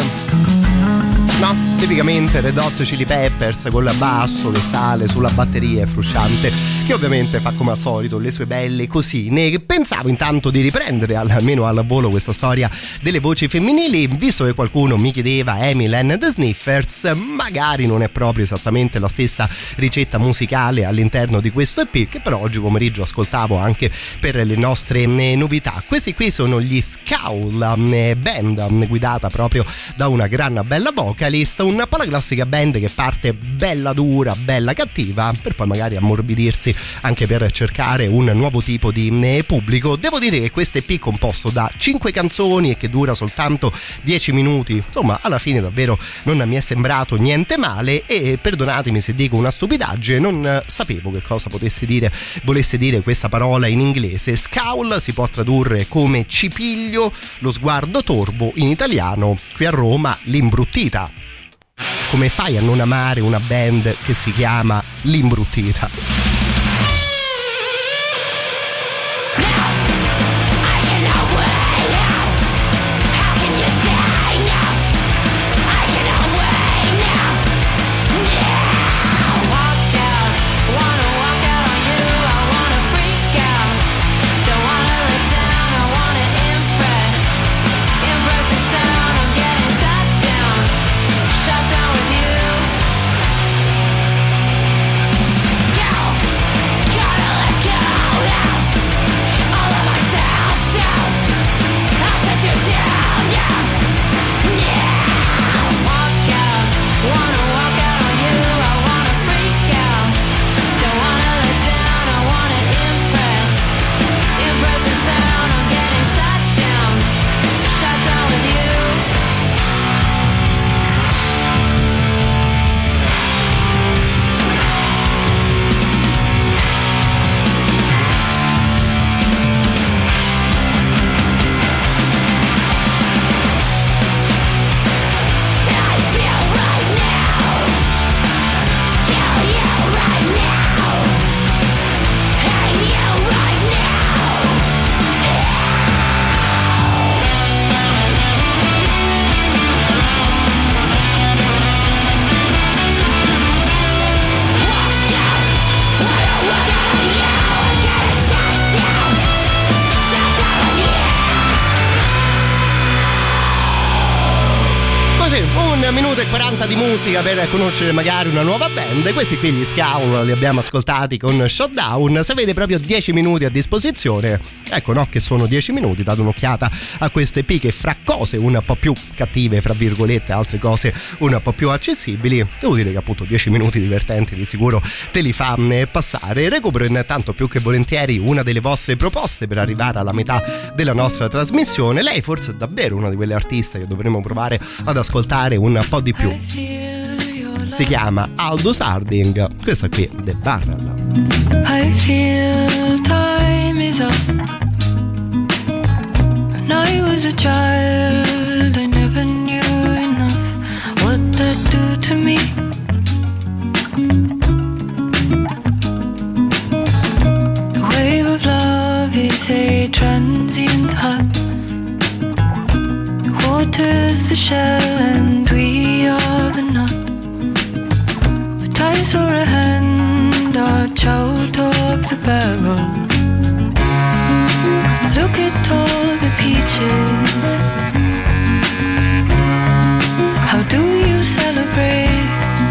no? Tipicamente Red Hot Chili Peppers con il basso che sale sulla batteria e frusciante, che ovviamente fa come al solito le sue belle cosine. Pensavo intanto di riprendere almeno al volo questa storia delle voci femminili, visto che qualcuno mi chiedeva Emil and the Sniffers, magari non è proprio esattamente la stessa ricetta musicale all'interno di questo EP, che però oggi pomeriggio ascoltavo anche per le nostre novità. Questi qui sono gli Scowl, band guidata proprio da una gran bella vocalist, un po' la classica band che parte bella dura, bella cattiva, per poi magari ammorbidirsi anche per cercare un nuovo tipo di pubblico. Devo dire che questo EP composto da 5 canzoni e che dura soltanto 10 minuti, insomma alla fine davvero non mi è sembrato niente male, e perdonatemi se dico una stupidaggine, non sapevo che cosa volesse dire questa parola in inglese. Scowl si può tradurre come cipiglio, lo sguardo torvo in italiano, qui a Roma l'imbruttita. Come fai a non amare una band che si chiama L'Imbruttita? Minuto e 40 di musica per conoscere magari una nuova band. Questi qui gli Scowl li abbiamo ascoltati con Shutdown. Se avete proprio 10 minuti a disposizione, ecco, no, che sono 10 minuti, date un'occhiata a queste EP che, fra cose un po' più cattive fra virgolette, altre cose un po' più accessibili, devo dire che appunto 10 minuti divertenti di sicuro te li fa passare. Recupero intanto più che volentieri una delle vostre proposte per arrivare alla metà della nostra trasmissione. Lei forse è davvero una di quelle artiste che dovremmo provare ad ascoltare un po' di più. Si chiama Aldous Harding, questa qui è The Barrel. I feel time is up. When I was a child, I never knew enough what that do to me. The wave of love is a transient hug. The water's the shell and we are the nut. But I saw a hand arch out of the barrel. Look at all the peaches. How do you celebrate?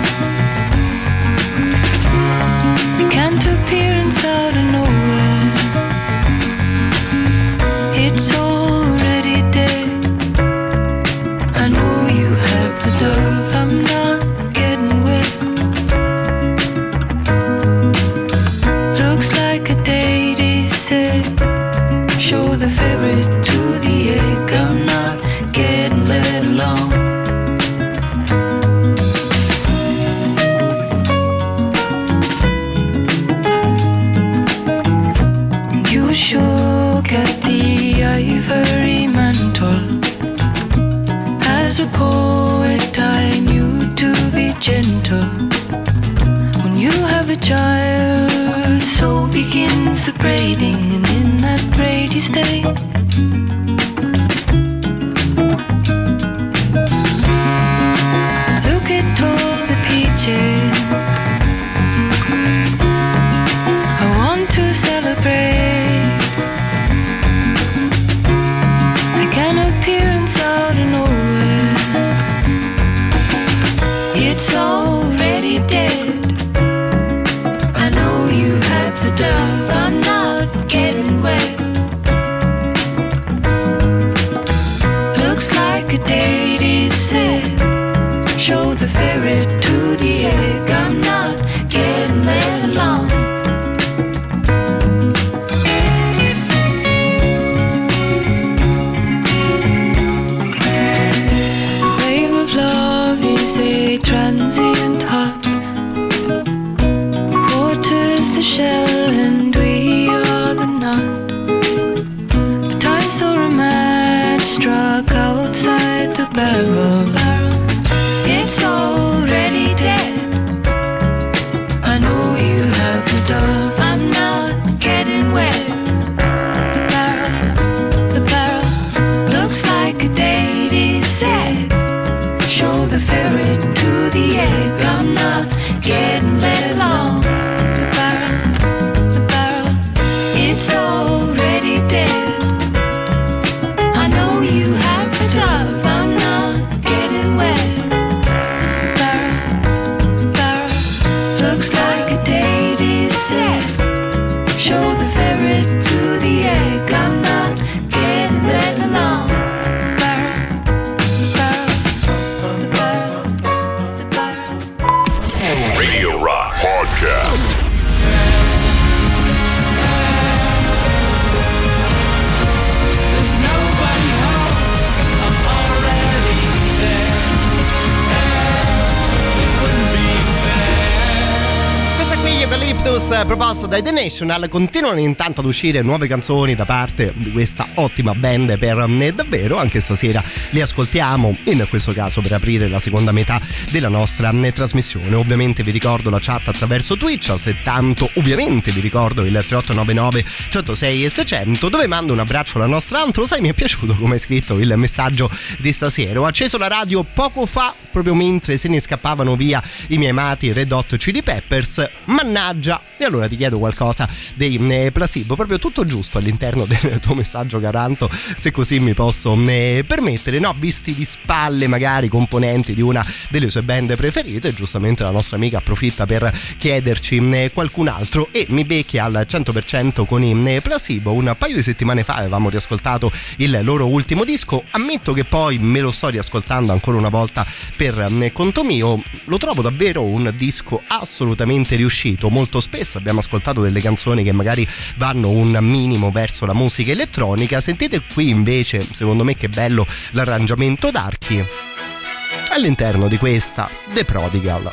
You can't appearance out of nowhere. It's already dead. I know you have the love, I'm not getting wet. Looks like a date is set. Show the ferret to the egg, I'm not getting let along. You shook at the ivory mantle. As a poet I knew to be gentle. When you have a child, so begins the braiding, and in that braid you stay. Look at all the peaches. I want to celebrate. I can appearance out of nowhere. It's already dead. I know you have the dove, I'm not getting wet. outside the barrel. It's already dead. I know you have the dove. I'm not getting wet. The barrel looks like a date is set. Show the ferret to the egg. I'm not getting let along. The barrel, it's already dead. I know you have the dove. I'm not getting wet. The barrel looks like a date is set. Show the ferret to the egg. I'm not getting let along. Radio Rock Podcast. There's nobody home. I'm already there. It wouldn't be fair. Questa qui Eucalyptus, proposta dai The National. Continuano intanto ad uscire nuove canzoni da parte di questa ottima band per davvero, anche stasera li ascoltiamo, in questo caso per aprire la seconda metà della nostra trasmissione. Ovviamente vi ricordo la chat attraverso Twitch, altrettanto ovviamente vi ricordo il 3899 106 e 600, dove mando un abbraccio alla nostra Antro. Sai, mi è piaciuto come hai scritto il messaggio di stasera. Ho acceso la radio poco fa, proprio mentre se ne scappavano via i miei amati Red Hot Chili Peppers. Mannaggia! E allora ti chiedo qualcosa dei Placebo, proprio tutto giusto all'interno del tuo messaggio, Caranto, se così mi posso permettere, no? Visti di spalle magari componenti di una delle sue band preferite, giustamente la nostra amica approfitta per chiederci qualcun altro, e mi becchi al 100% con i Placebo. Un paio di settimane fa avevamo riascoltato il loro ultimo disco. Ammetto che poi me lo sto riascoltando ancora una volta per conto mio. Lo trovo davvero un disco assolutamente riuscito. Molto spesso abbiamo ascoltato delle canzoni che magari vanno un minimo verso la musica elettronica. Sentite qui invece, secondo me, che bello l'arrangiamento d'archi all'interno di questa The Prodigal.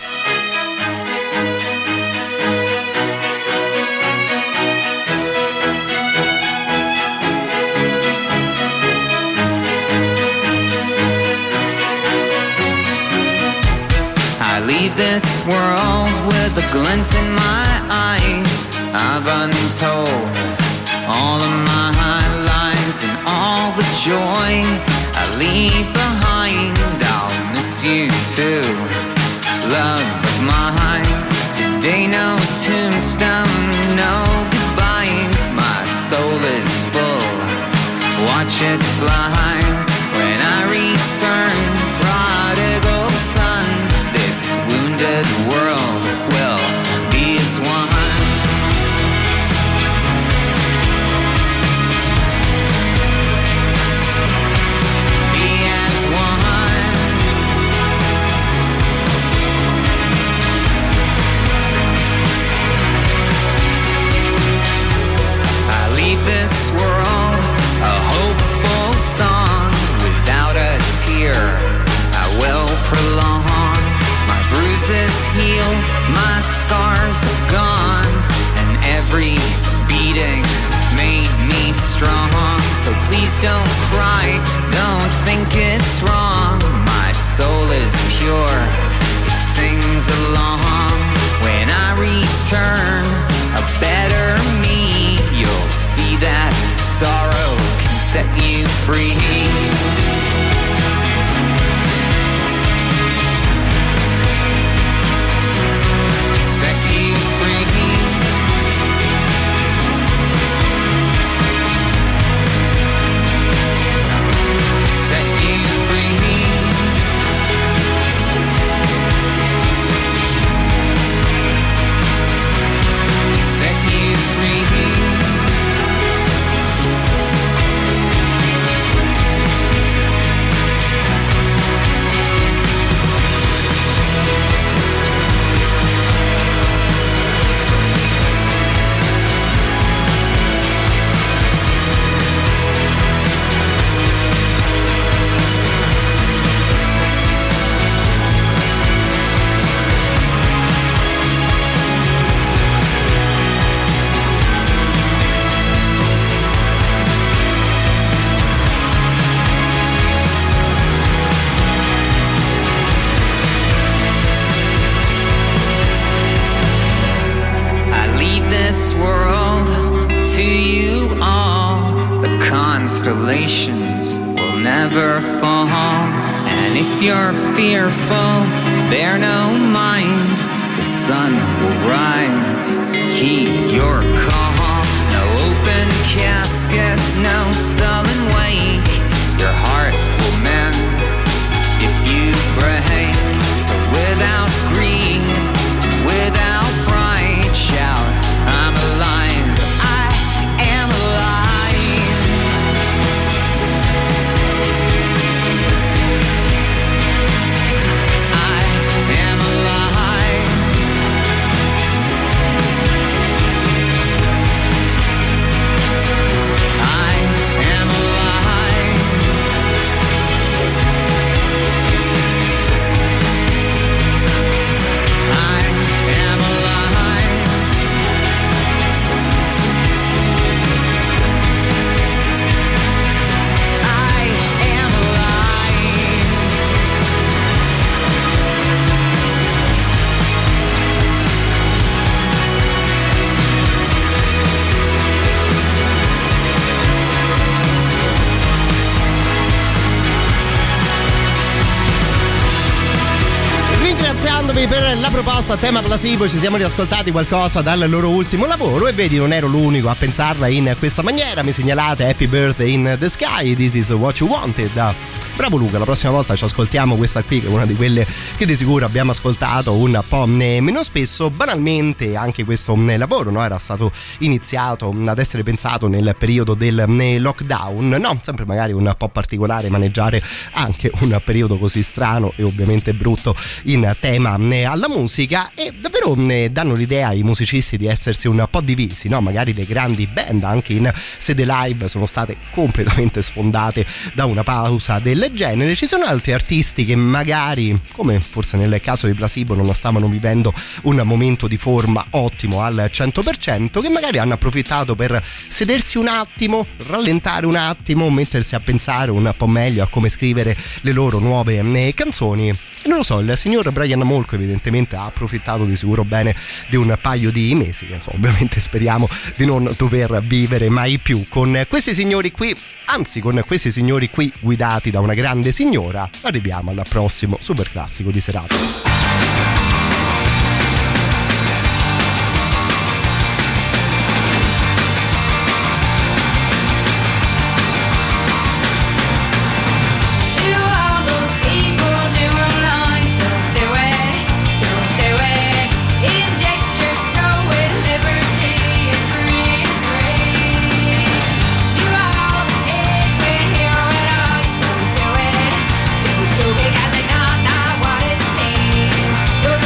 I leave this world with a glint in my eye. I've untold all of my lies and all the joy I leave behind. I'll miss you too, love of mine. Today no tombstone, no goodbyes. My soul is full, watch it fly. When I return, prodigal son, this wounded world will be as one. Be as one. I leave this world a hopeful song without a tear. I will prolong. Bruises healed, my scars are gone, and every beating made me strong. So please don't cry, don't think it's wrong. My soul is pure, it sings along. When I return, a better me, you'll see that sorrow can set you free. never fall. And if you're fearful, bear no mind. The sun will rise, heed your call. No open casket, no sullen wake. Your heart will mend if you break. So without greed, without pride, shout, I'm alive, I am alive. I am alive. I am alive. I am alive. I am alive. Ringraziandovi per la proposta a tema Placebo, ci siamo riascoltati qualcosa dal loro ultimo lavoro e vedi, non ero l'unico a pensarla in questa maniera. Mi segnalate Happy Birthday in the Sky, This is What You Wanted. Bravo Luca, la prossima volta ci ascoltiamo questa qui, che è una di quelle che di sicuro abbiamo ascoltato un po' meno spesso. Banalmente anche questo lavoro, no, era stato iniziato ad essere pensato nel periodo del lockdown, no? Sempre magari un po' particolare maneggiare anche un periodo così strano e ovviamente brutto in tema alla musica, e davvero danno l'idea i musicisti di essersi un po' divisi, no? Magari le grandi band anche in sede live sono state completamente sfondate da una pausa del genere. Ci sono altri artisti che magari, come forse nel caso di Placebo, non stavano vivendo un momento di forma ottimo al 100%, che magari hanno approfittato per sedersi un attimo, rallentare un attimo, mettersi a pensare un po' meglio a come scrivere le loro nuove canzoni. E non lo so, il signor Brian Molko evidentemente ha approfittato di sicuro bene di un paio di mesi, che insomma, ovviamente speriamo di non dover vivere mai più con questi signori qui, anzi con questi signori qui guidati da una grande signora. Arriviamo al prossimo super classico di serata. Because it's not what it seems. You're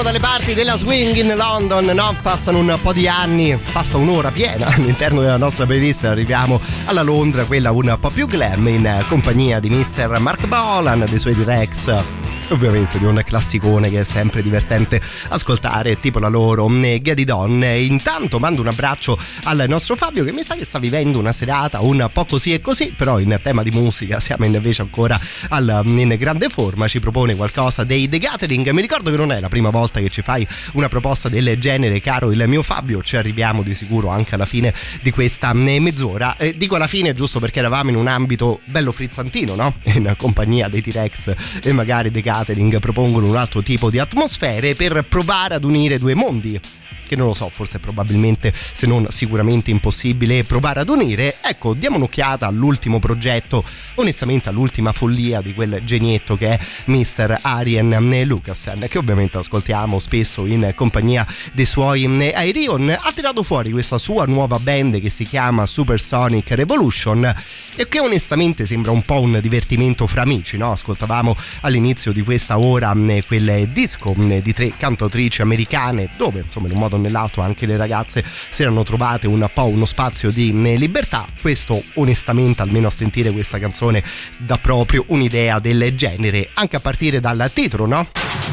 dalle parti della Swing in London, no? Passano un po' di anni, passa un'ora piena all'interno della nostra playlist, arriviamo alla Londra, quella un po' più glam, in compagnia di Mr. Mark Bolan, dei suoi T-Rex, ovviamente di un classicone che è sempre divertente ascoltare, tipo la loro Get It On. Intanto mando un abbraccio al nostro Fabio, che mi sa che sta vivendo una serata un po' così e così, però in tema di musica siamo invece ancora in grande forma. Ci propone qualcosa dei The Gathering. Mi ricordo che non è la prima volta che ci fai una proposta del genere, caro il mio Fabio. Ci arriviamo di sicuro anche alla fine di questa mezz'ora. Dico alla fine giusto perché eravamo in un ambito bello frizzantino, no? In compagnia dei T-Rex e magari dei Gathering propongono un altro tipo di atmosfere per provare ad unire due mondi che non lo so, forse probabilmente, se non sicuramente impossibile provare ad unire. Ecco, diamo un'occhiata all'ultimo progetto, onestamente all'ultima follia di quel genietto che è Mr. Arjen Lucassen, che ovviamente ascoltiamo spesso in compagnia dei suoi Ayreon. Ha tirato fuori questa sua nuova band che si chiama Supersonic Revolution e che onestamente sembra un po' un divertimento fra amici, no? Ascoltavamo all'inizio di questa ora quel disco di 3 cantautrici americane dove insomma in un modo o nell'altro anche le ragazze si erano trovate un po' uno spazio di libertà. Questo onestamente, almeno a sentire questa canzone, dà proprio un'idea del genere, anche a partire dal titolo, no?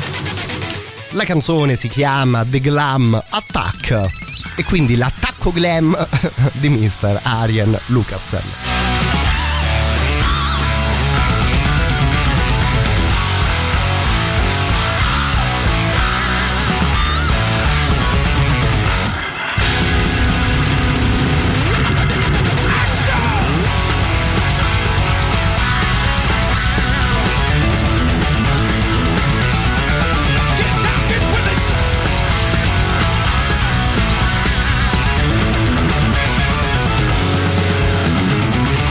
La canzone si chiama The Glam Attack e quindi l'attacco glam di Mr. Arjen Lucassen. Get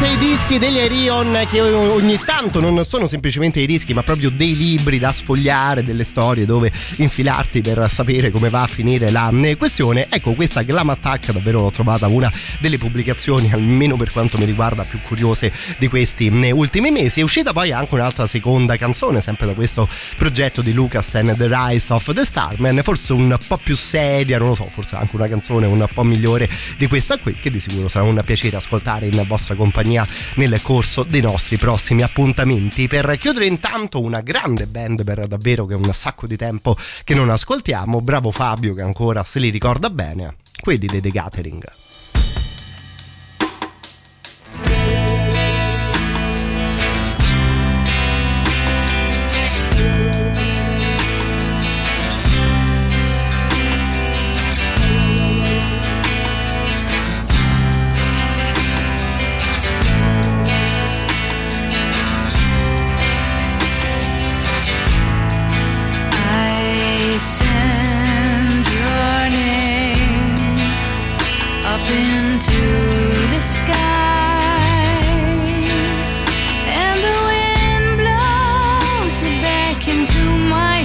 Finalmente i dischi degli Ayreon, che ogni tanto non sono semplicemente dei dischi ma proprio dei libri da sfogliare, delle storie dove infilarti per sapere come va a finire la questione. Ecco, questa Glam Attack davvero l'ho trovata una delle pubblicazioni, almeno per quanto mi riguarda, più curiose di questi ultimi mesi. È uscita poi anche un'altra seconda canzone sempre da questo progetto di Lucas and the Rise of the Starman, forse un po' più seria, non lo so, forse anche una canzone un po' migliore di questa qui, che di sicuro sarà un piacere ascoltare in vostra compagnia nel corso dei nostri prossimi appuntamenti. Per chiudere intanto una grande band per davvero che è un sacco di tempo che non ascoltiamo, bravo Fabio che ancora se li ricorda bene, quelli dei The Gathering. Send your name up into the sky, and the wind blows it back into my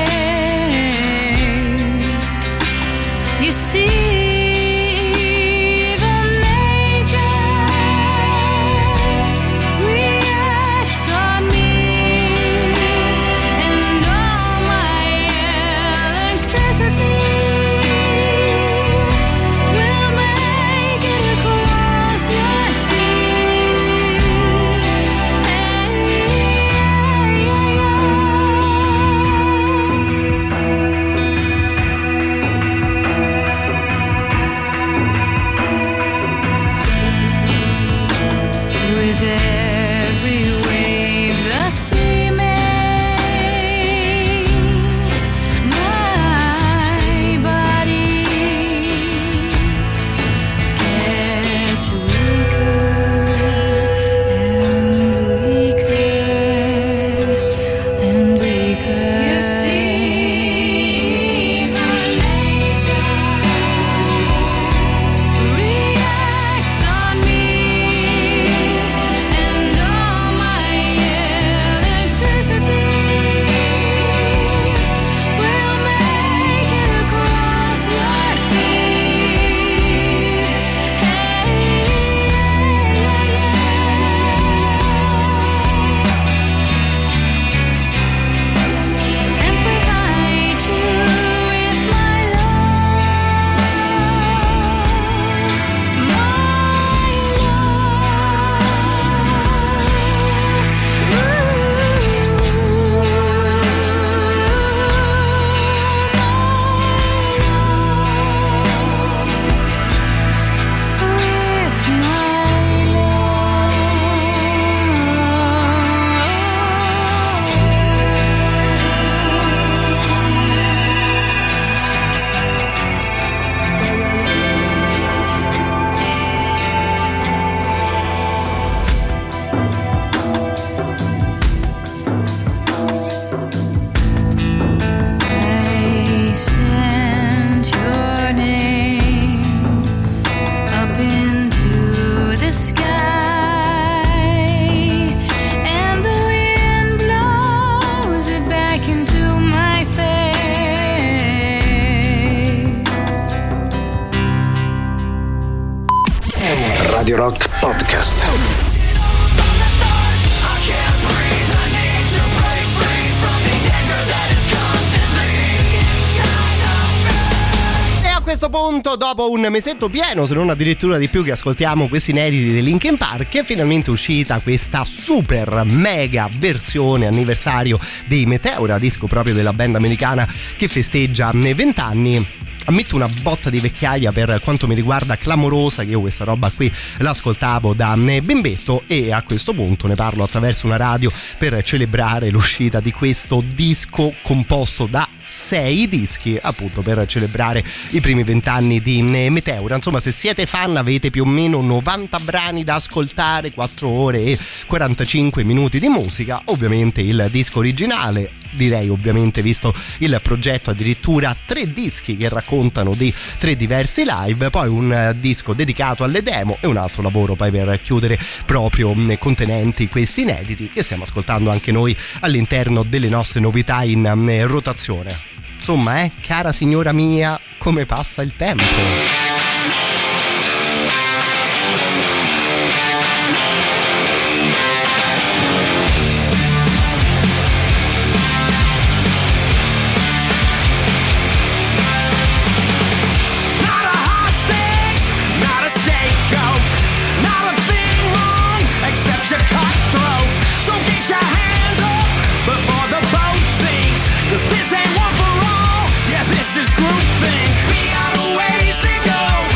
face. You see, Radio Rock Podcast. E a questo punto, dopo un mesetto pieno, se non addirittura di più, che ascoltiamo questi inediti dei Linkin Park, è finalmente uscita questa super mega versione anniversario dei Meteora, disco proprio della band americana che festeggia 20 anni. Ammetto una botta di vecchiaia per quanto mi riguarda clamorosa, che io questa roba qui l'ascoltavo da bimbetto, e a questo punto ne parlo attraverso una radio per celebrare l'uscita di questo disco composto da 6 dischi appunto per celebrare i primi 20 anni di Meteora. Insomma, se siete fan avete più o meno 90 brani da ascoltare, 4 ore e 45 minuti di musica, ovviamente il disco originale, direi ovviamente visto il progetto addirittura 3 dischi che raccontano di 3 diversi live, poi un disco dedicato alle demo e un altro lavoro poi per chiudere proprio contenenti questi inediti che stiamo ascoltando anche noi all'interno delle nostre novità in rotazione. Insomma, cara signora mia, come passa il tempo. This ain't one for all. Yeah, this is groupthink. We got a ways to go.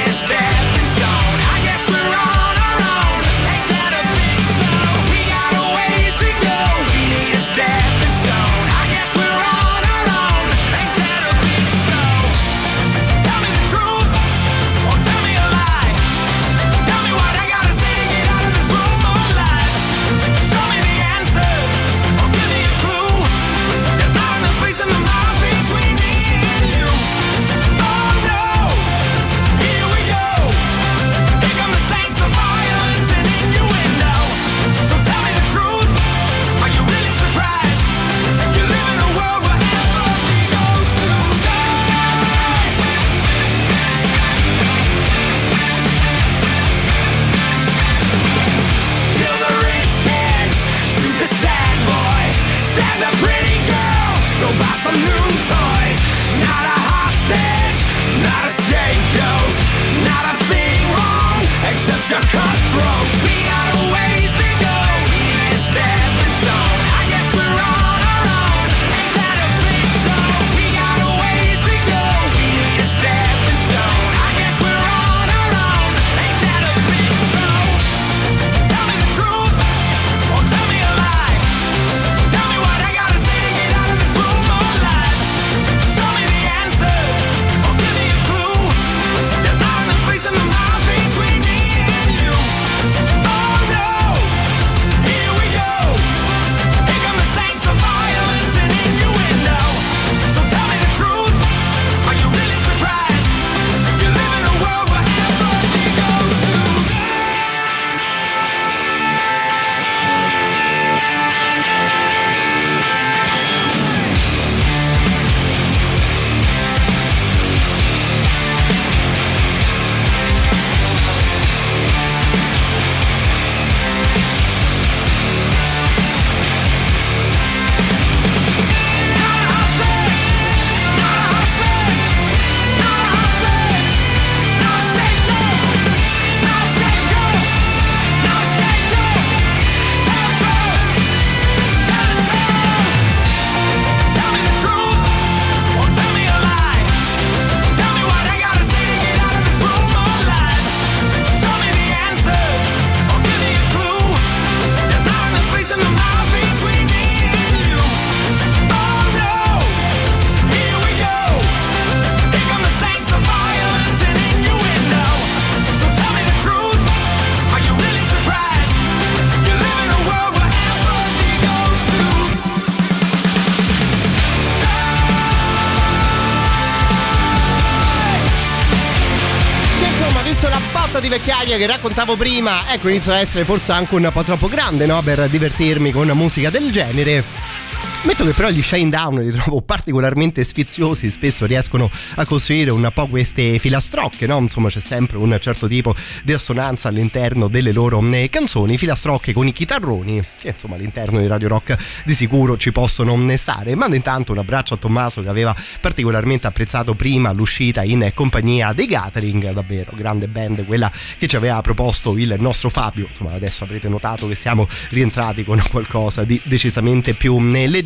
di vecchiaia che raccontavo prima, ecco, inizio ad essere forse anche un po' troppo grande, no, per divertirmi con musica del genere. Ammetto che però gli Shinedown li trovo particolarmente sfiziosi, spesso riescono a costruire un po' queste filastrocche, no? Insomma, c'è sempre un certo tipo di assonanza all'interno delle loro canzoni, filastrocche con i chitarroni, che insomma all'interno di Radio Rock di sicuro ci possono stare. Mando intanto un abbraccio a Tommaso, che aveva particolarmente apprezzato prima l'uscita in compagnia dei Gathering, davvero grande band quella che ci aveva proposto il nostro Fabio. Insomma, adesso avrete notato che siamo rientrati con qualcosa di decisamente più leggero.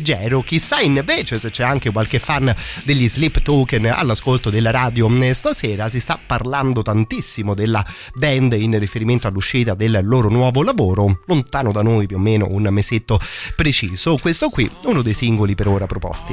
leggero. Chissà invece se c'è anche qualche fan degli Sleep Token all'ascolto della radio stasera. Si sta parlando tantissimo della band in riferimento all'uscita del loro nuovo lavoro, lontano da noi più o meno un mesetto preciso. Questo qui, uno dei singoli per ora proposti.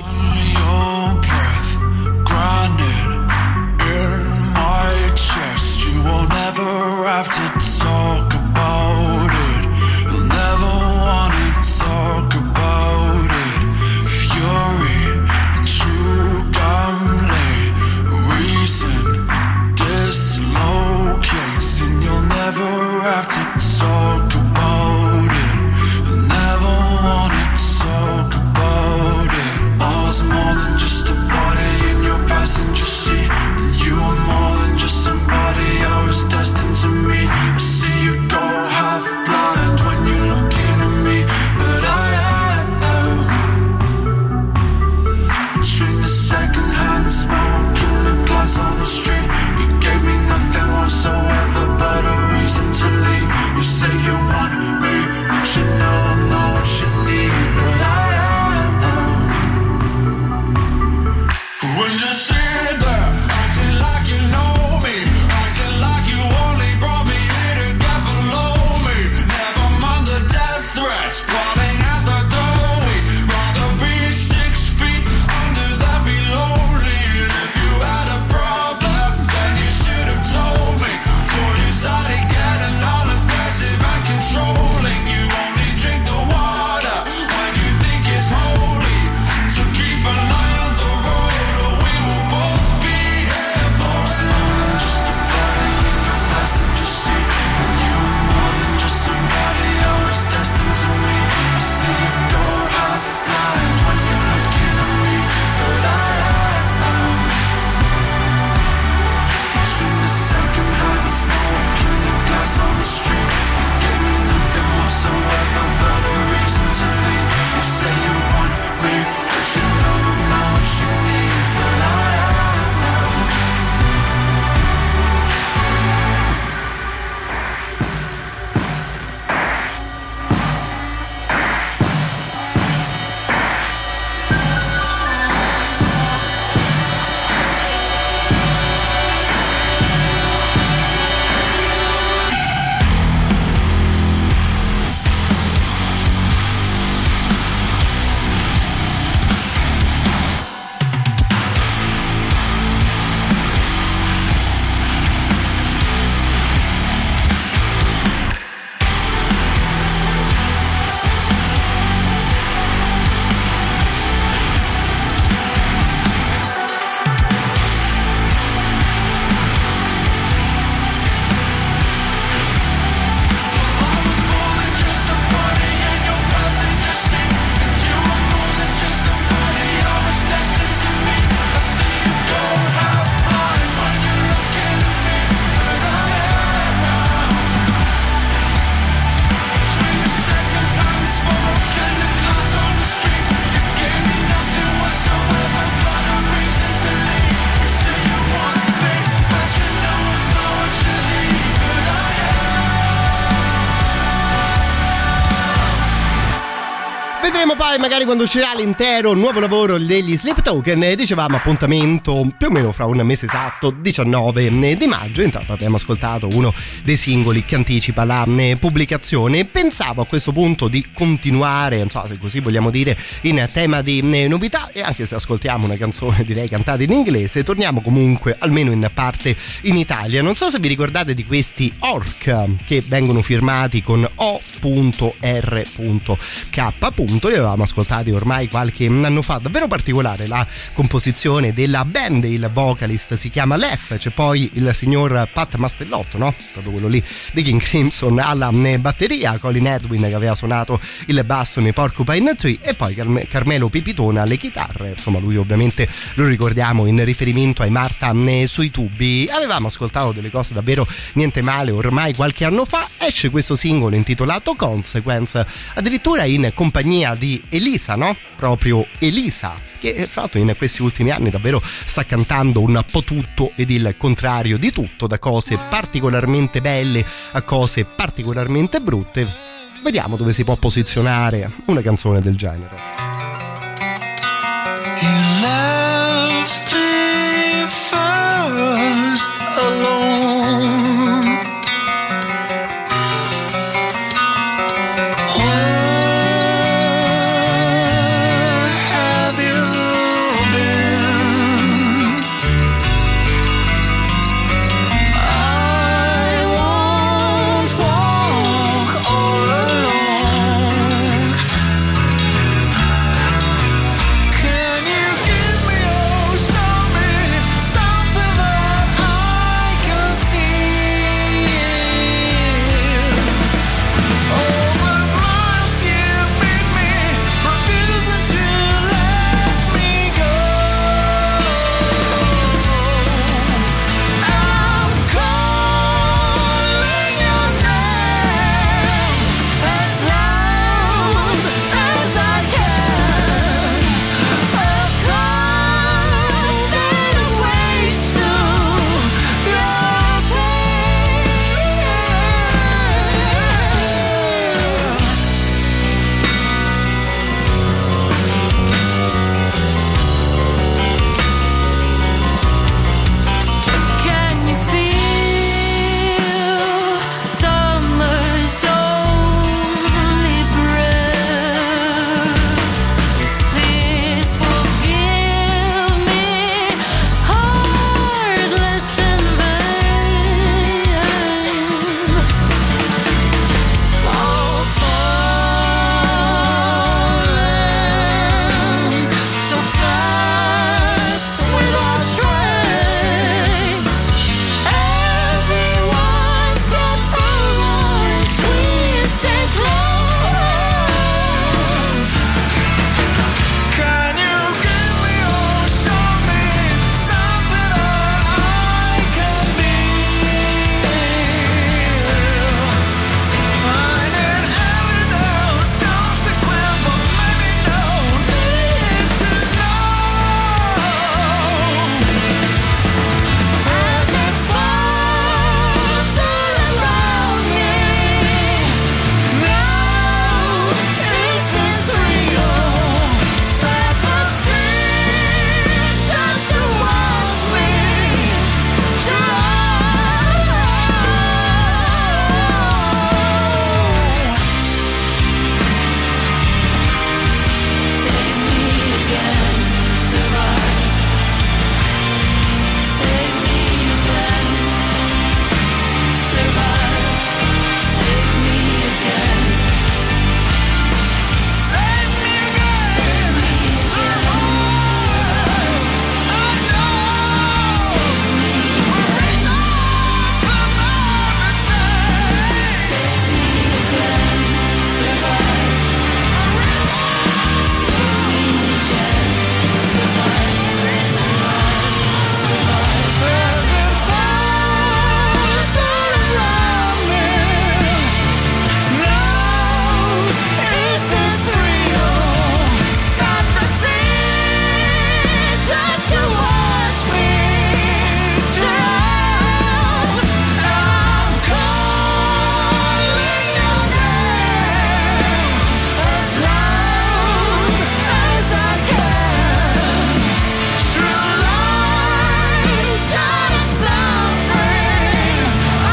Dislocates and you'll never have to talk about it. You'll never want to talk about it. I was more than just a body in your passenger seat, and you were more than just somebody I was destined to meet. I see you go half blind when you're looking at me, but I am between the second-hand smoke and the glass on the street. You gave me nothing whatsoever but a reason to leave. You say you want me, but you know I'm not what you need. But I am. When you sit there, acting like you know me, acting like you only brought me here to get below me. Never mind the death threats, plotting at the door. We'd rather be 6 feet under than be lonely. And if you had a problem, then you should have told me. Before you started getting all aggressive and controlling. You only drink the water when you think it's holy. So keep an eye on the road, or we will both be here for more than just a body in your passenger seat. And you were more than just somebody I was destined to meet. I see you go half blind when you're looking at me, but I am between the second-hand smoke and the glass on the street. You gave me nothing whatsoever but a reason to leave. You say you want me, but you know I'm not what you need. But I am. Vedremo poi magari quando uscirà l'intero nuovo lavoro degli Sleep Token. Dicevamo appuntamento più o meno fra un mese esatto, 19 di maggio. Intanto abbiamo ascoltato uno dei singoli che anticipa la pubblicazione. Pensavo a questo punto di continuare, non so se così vogliamo dire, in tema di novità, e anche se ascoltiamo una canzone direi cantata in inglese, torniamo comunque almeno in parte in Italia. Non so se vi ricordate di questi Orc che vengono firmati con O.R.K. Li avevamo ascoltati ormai qualche anno fa. Davvero particolare la composizione della band. Il vocalist si chiama Lef, c'è poi il signor Pat Mastellotto, no? Proprio quello lì di King Crimson alla batteria, Colin Edwin che aveva suonato il basso nei Porcupine Tree, e poi Carmelo Pipitona alle chitarre. Insomma, lui ovviamente lo ricordiamo in riferimento ai Marta sui tubi. Avevamo ascoltato delle cose davvero niente male ormai qualche anno fa. Esce questo singolo intitolato Consequence, addirittura in compagnia di Elisa, no? Proprio Elisa, che tra l'altro in questi ultimi anni davvero sta cantando un po' tutto ed il contrario di tutto, da cose particolarmente belle a cose particolarmente brutte. Vediamo dove si può posizionare una canzone del genere. left me first alone. Where have you been? I won't walk all alone. Can you give me, oh, show me something that I can see? All the miles you beat me, refusing to let me go. I'm calling your name as loud as I can. A call that awaits to your pain. Can you feel summer's only breath? Please forgive me, heartless and vain. Oh, falling so fast without trace. Everyone's got priorities. Stay close. Can you give me or show me something that I can be? I need evidence, consequence, but maybe no need to know. As it falls all around me, now is this real? Sad but seen, just to watch me drown. Save me again, survive. Save me again, survive. Save me again. Save me again, survive. I know. Save me again. From my mistakes. Save me again, survive. Save me again, survive. Survive. As it falls all around me, now is this real? Sad to see, just to watch me drown. I'm calling your name as loud as I can. True light shine something I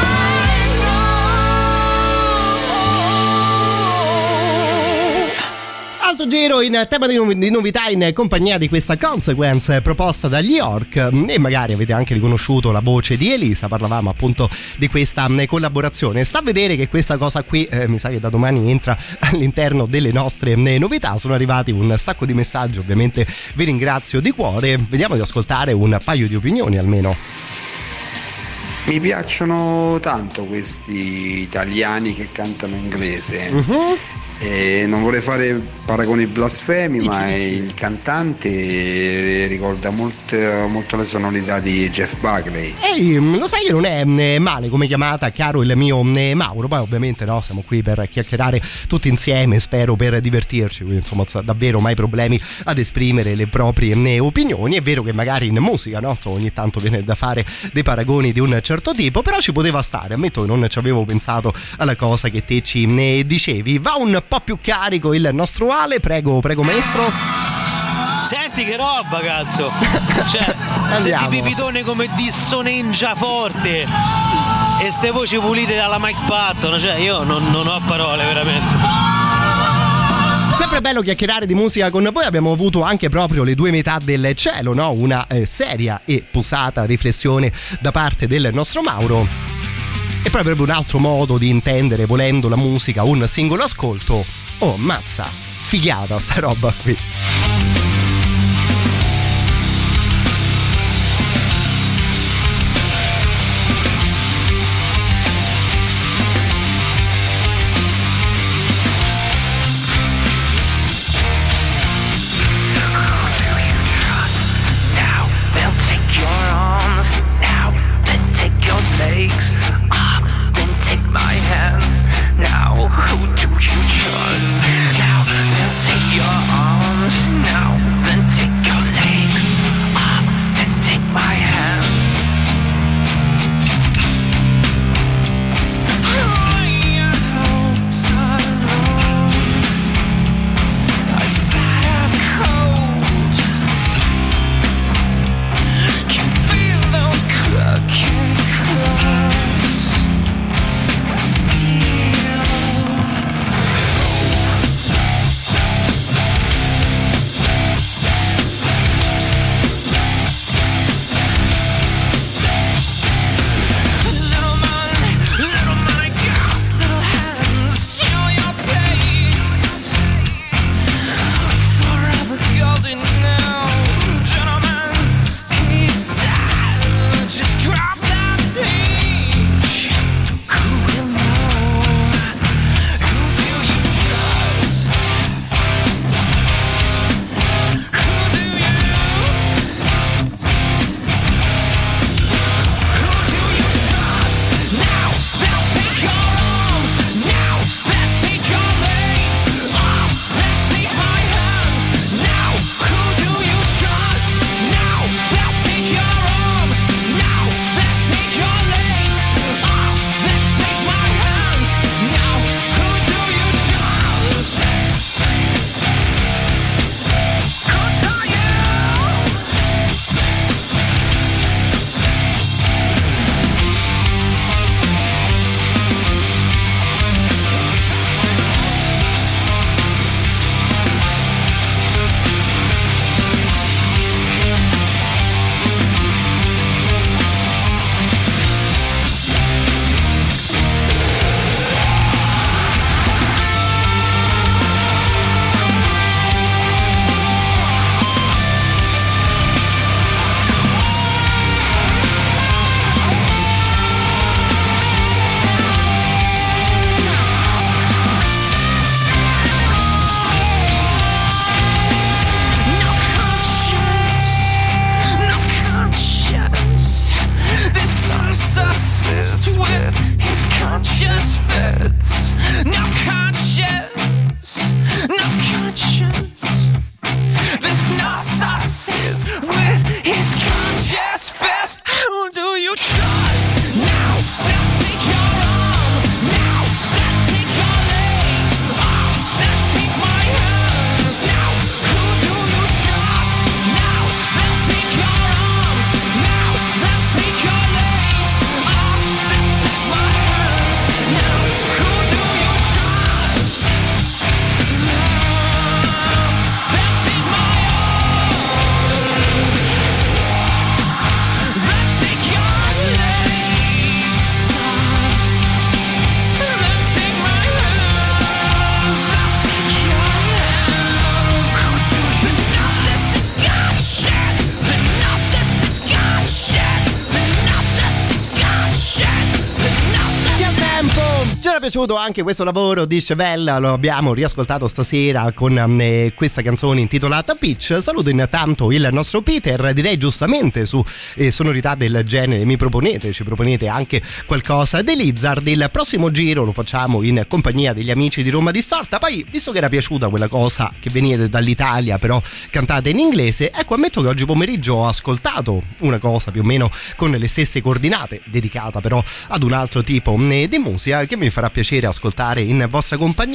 know. Alto giro in tema di novità in compagnia di questa Consequence proposta dagli York, e magari avete anche riconosciuto la voce di Elisa. Parlavamo appunto di questa collaborazione. Sta a vedere che questa cosa qui mi sa che da domani entra all'interno delle nostre novità. Sono arrivati un sacco di messaggi, ovviamente vi ringrazio di cuore. Vediamo di ascoltare un paio di opinioni almeno. Mi piacciono tanto questi italiani che cantano inglese. E non vorrei fare paragoni blasfemi, ma il cantante ricorda molto le sonorità di Jeff Buckley. Ehi, lo sai che non è male come chiamata, caro il mio Mauro. Poi ovviamente no, siamo qui per chiacchierare tutti insieme, spero per divertirci, quindi insomma davvero mai problemi ad esprimere le proprie opinioni. È vero che magari in musica, no, insomma, ogni tanto viene da fare dei paragoni di un certo tipo, però ci poteva stare. Ammetto che non ci avevo pensato alla cosa che te ci dicevi. Va un po' più carico il nostro Ale, prego maestro. Senti che roba, cazzo! Cioè, senti pipitone come dissoneggia forte e ste voci pulite dalla Mike Patton, cioè io non ho parole veramente. Sempre bello chiacchierare di musica con voi, abbiamo avuto anche proprio le due metà del cielo, no? Una seria e posata riflessione da parte del nostro Mauro e poi proprio un altro modo di intendere, volendo, la musica, un singolo ascolto. Oh, mazza, figata sta roba qui. Piaciuto anche questo lavoro di Chevelle, lo abbiamo riascoltato stasera con questa canzone intitolata Peach. Saluto intanto il nostro Peter, direi giustamente su sonorità del genere ci proponete anche qualcosa dei Lizard. Il prossimo giro lo facciamo in compagnia degli amici di Roma Distorta. Poi, visto che era piaciuta quella cosa che venite dall'Italia però cantate in inglese, ecco, ammetto che oggi pomeriggio ho ascoltato una cosa più o meno con le stesse coordinate, dedicata però ad un altro tipo di musica che mi farà piacere ascoltare in vostra compagnia.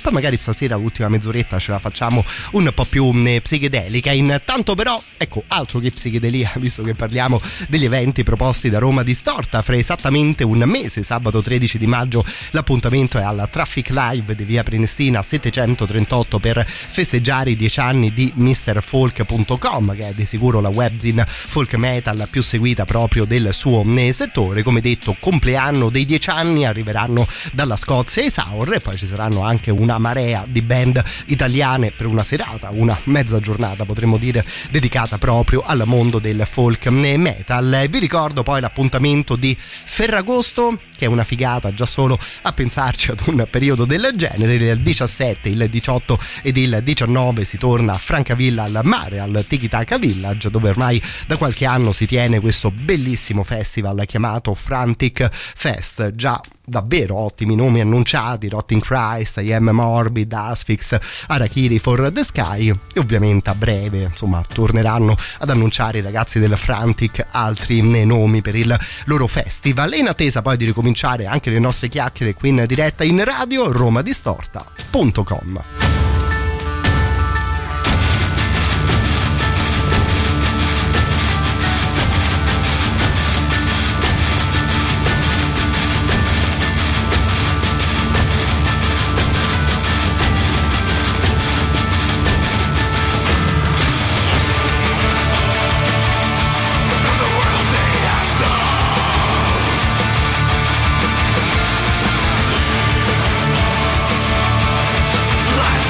poi magari stasera l'ultima mezz'oretta ce la facciamo un po' più psichedelica. Intanto però, ecco, altro che psichedelia, visto che parliamo degli eventi proposti da Roma Distorta. Fra esattamente un mese, sabato 13 di maggio, l'appuntamento è alla Traffic Live di via Prenestina 738 per festeggiare i 10 anni di MrFolk.com, che è di sicuro la webzine folk metal più seguita proprio del suo settore. Come detto, compleanno dei 10 anni, arriveranno dalla Scozia i Sour, e poi ci saranno anche una marea di band italiane per una serata, una mezza giornata potremmo dire, dedicata proprio al mondo del folk metal. Vi ricordo poi l'appuntamento di Ferragosto, che è una figata già solo a pensarci ad un periodo del genere. Il 17, il 18 ed il 19 si torna a Francavilla al mare, al Tiki Taka Village, dove ormai da qualche anno si tiene questo bellissimo festival chiamato Frantic Fest. Già davvero ottimi nomi annunciati: Rotting Christ, I Am Morbid, Asphyx, Harakiri for the Sky, e ovviamente a breve, insomma, torneranno ad annunciare i ragazzi del Frantic altri nomi per il loro festival. E in attesa poi di ricominciare anche le nostre chiacchiere qui in diretta in radio, romadistorta.com. Life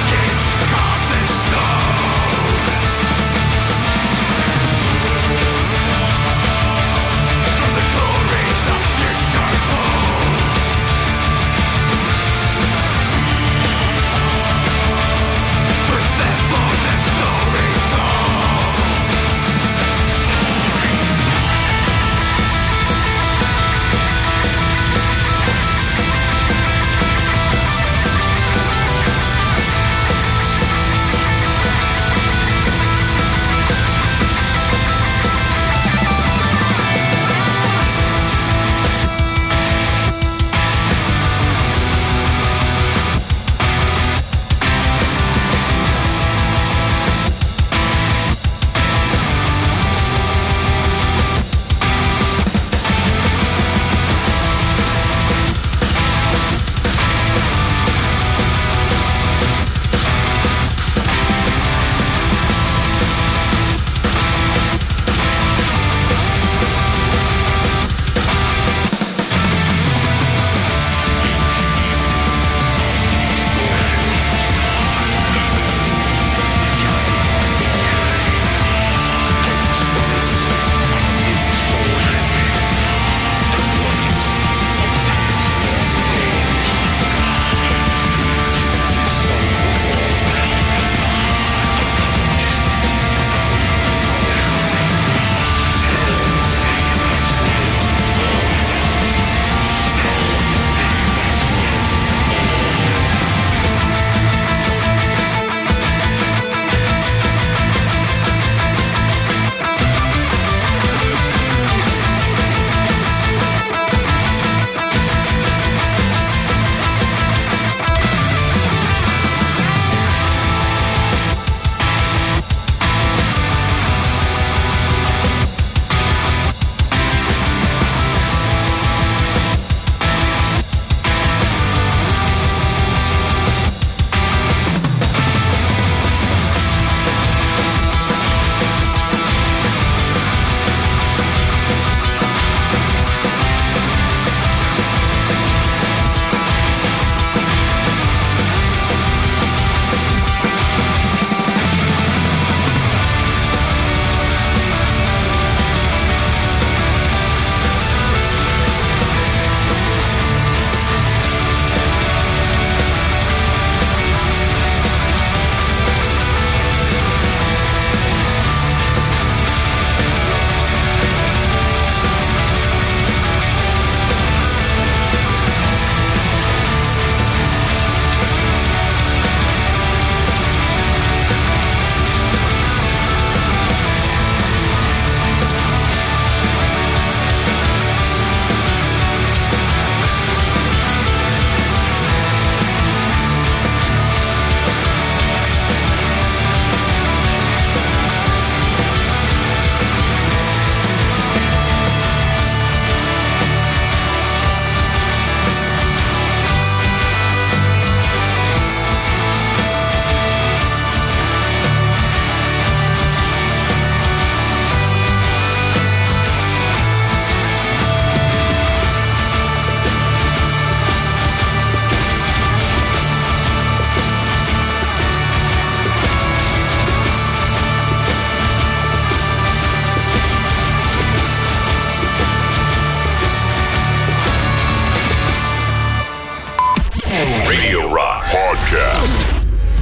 Podcast.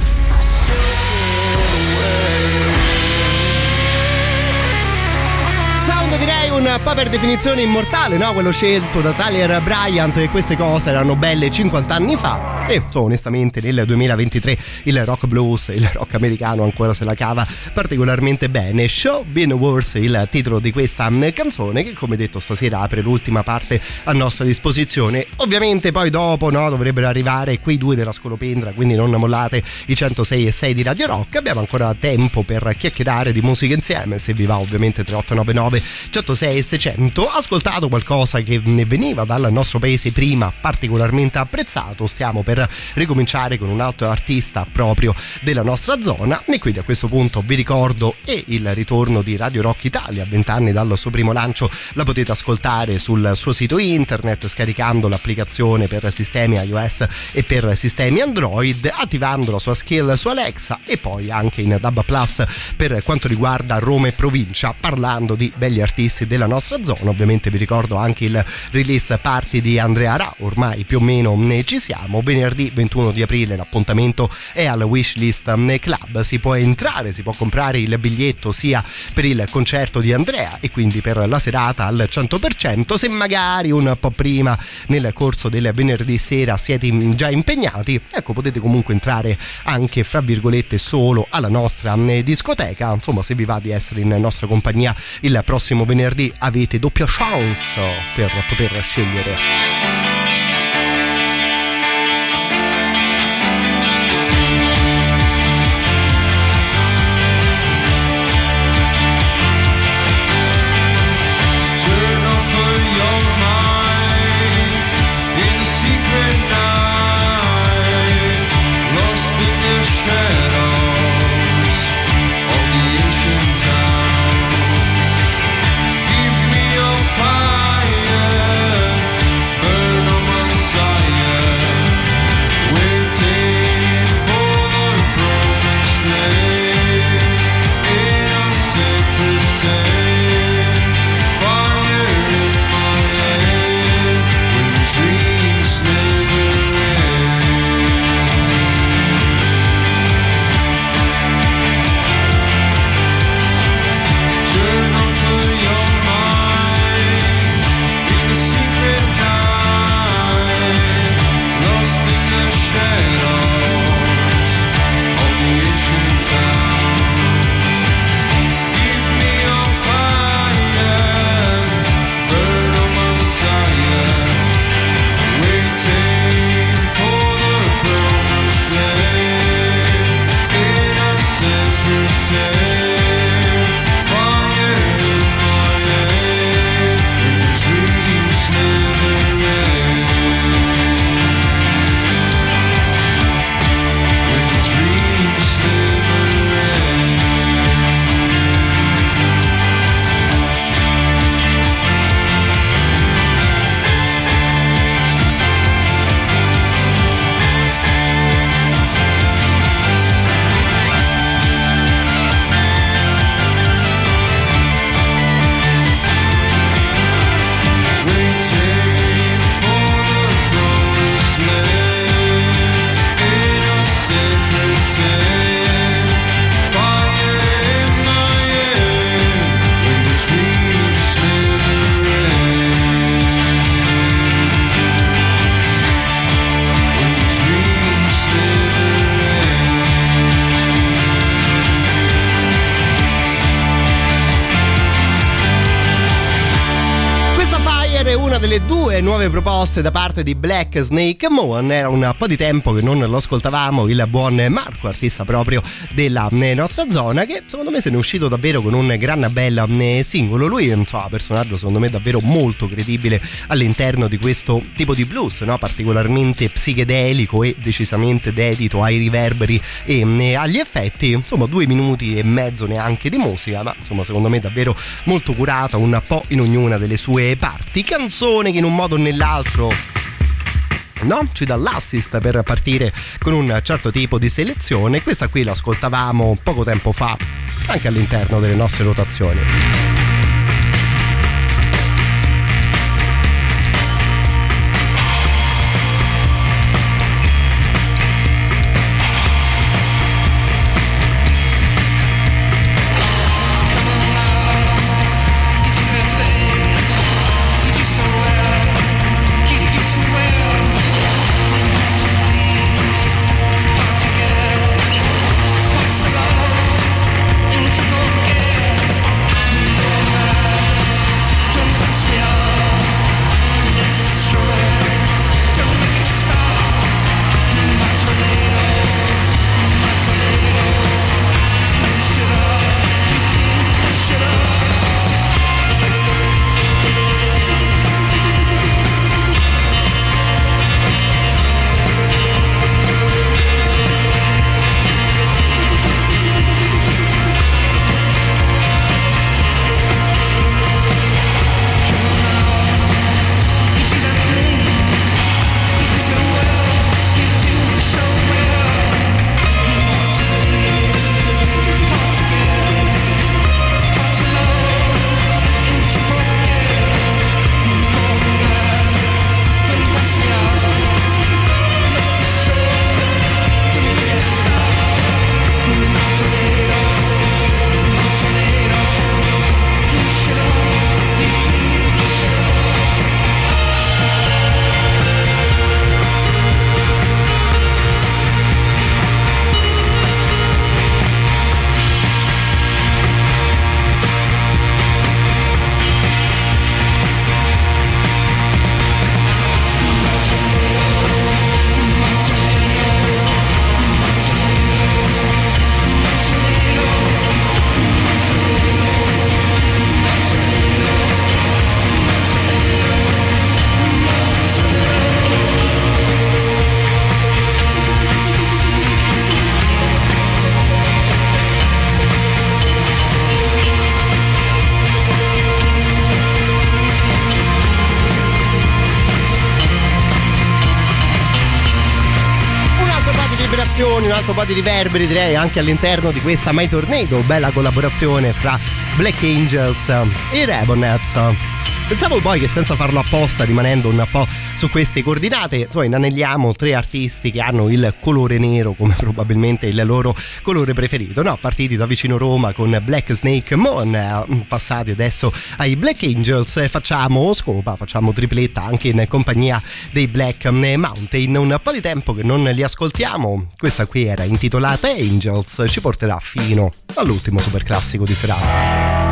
Sound, direi un po' per definizione immortale, no? Quello scelto da Tyler Bryant, e queste cose erano belle 50 anni fa. E onestamente nel 2023 il rock blues, il rock americano ancora se la cava particolarmente bene. Show Been Worse, il titolo di questa canzone, che come detto stasera apre l'ultima parte a nostra disposizione. Ovviamente poi dopo, no, dovrebbero arrivare quei due della Scolopendra, quindi non mollate i 106.6 di Radio Rock. Abbiamo ancora tempo per chiacchierare di musica insieme, se vi va ovviamente. 3899 106 600. Ascoltato qualcosa che ne veniva dal nostro paese prima, particolarmente apprezzato. Stiamo per ricominciare con un altro artista proprio della nostra zona, e quindi a questo punto vi ricordo il ritorno di Radio Rock Italia, 20 anni dal suo primo lancio. La potete ascoltare sul suo sito internet scaricando l'applicazione per sistemi iOS e per sistemi Android, attivando la sua skill su Alexa, e poi anche in DAB Plus per quanto riguarda Roma e provincia, parlando di belli artisti della nostra zona. Ovviamente vi ricordo anche il release party di Andrea Ra, ormai più o meno ne ci siamo. Venerdì 21 di aprile l'appuntamento è al Wishlist Club. Si può entrare, si può comprare il biglietto sia per il concerto di Andrea e quindi per la serata al 100%. Se magari un po' prima nel corso del venerdì sera siete già impegnati, ecco, potete comunque entrare anche fra virgolette solo alla nostra discoteca. Insomma, se vi va di essere in nostra compagnia il prossimo venerdì avete doppia chance per poter scegliere. Delle due nuove proposte da parte di Black Snake Moan. Era un po' di tempo che non lo ascoltavamo, il buon Marco, artista proprio della nostra zona, che secondo me se ne è uscito davvero con un gran bel singolo. Lui è un personaggio secondo me davvero molto credibile all'interno di questo tipo di blues, no? Particolarmente psichedelico e decisamente dedito ai riverberi e agli effetti. Insomma, 2 minuti e mezzo neanche di musica, ma insomma secondo me davvero molto curata, un po' in ognuna delle sue parti. Canzone che in un modo o nell'altro, no, ci dà l'assist per partire con un certo tipo di selezione. Questa qui l'ascoltavamo poco tempo fa anche all'interno delle nostre rotazioni. vibrazioni, un altro po' di riverberi, direi, anche all'interno di questa My Tornado, bella collaborazione fra Black Angels e i Ramonettes. Pensavo poi che senza farlo apposta, rimanendo un po' su queste coordinate, inanelliamo tre artisti che hanno il colore nero come probabilmente il loro colore preferito, no? Partiti da vicino Roma con Black Snake Moon, passati adesso ai Black Angels, facciamo scopa, facciamo tripletta anche in compagnia dei Black Mountain. Un po' di tempo che non li ascoltiamo, questa qui era intitolata Angels, ci porterà fino all'ultimo super classico di serata.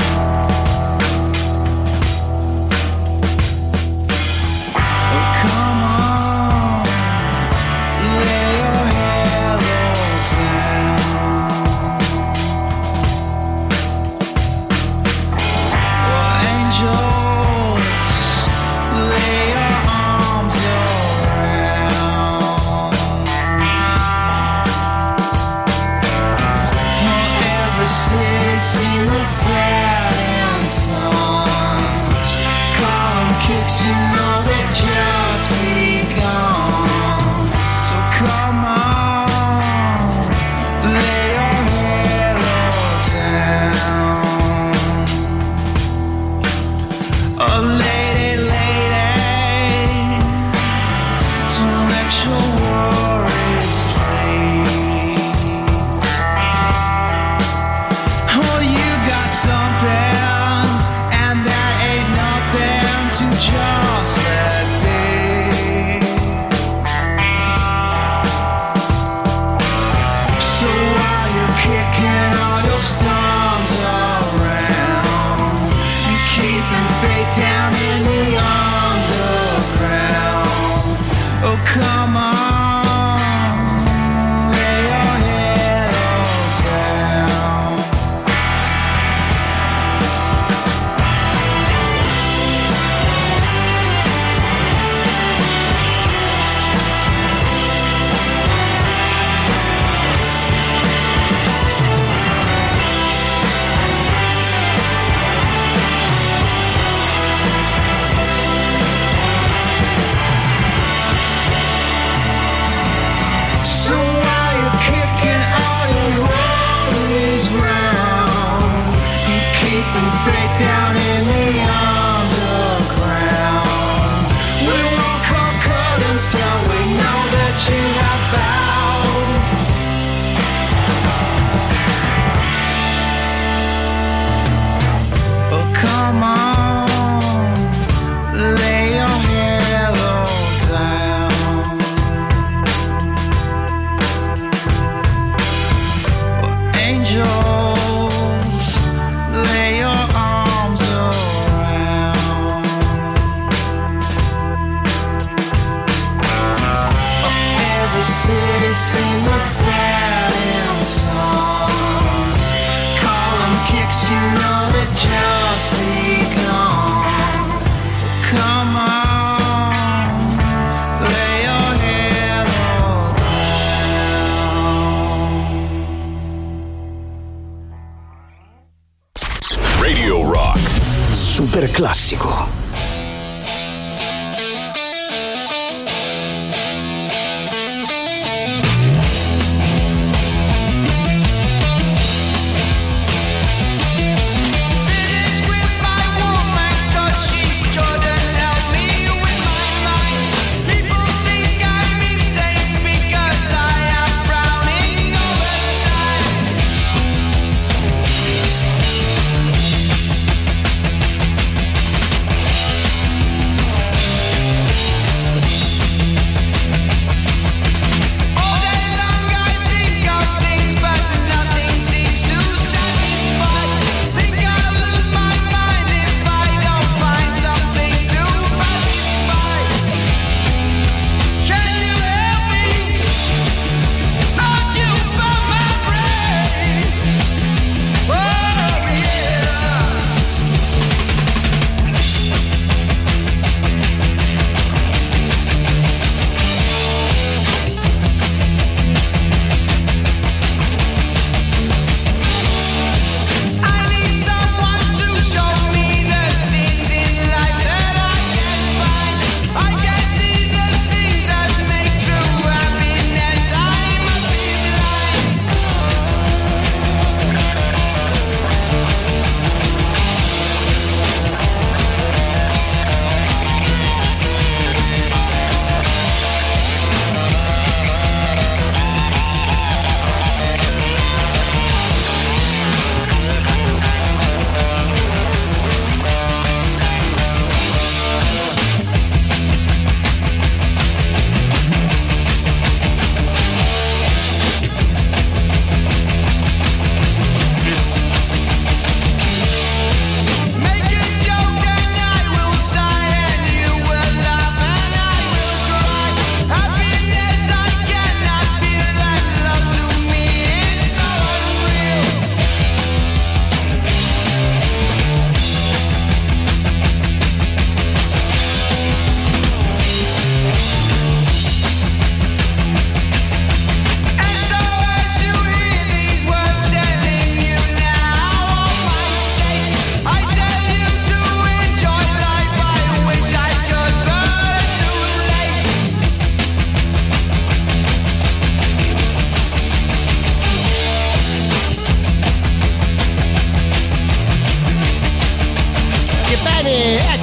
Super classico.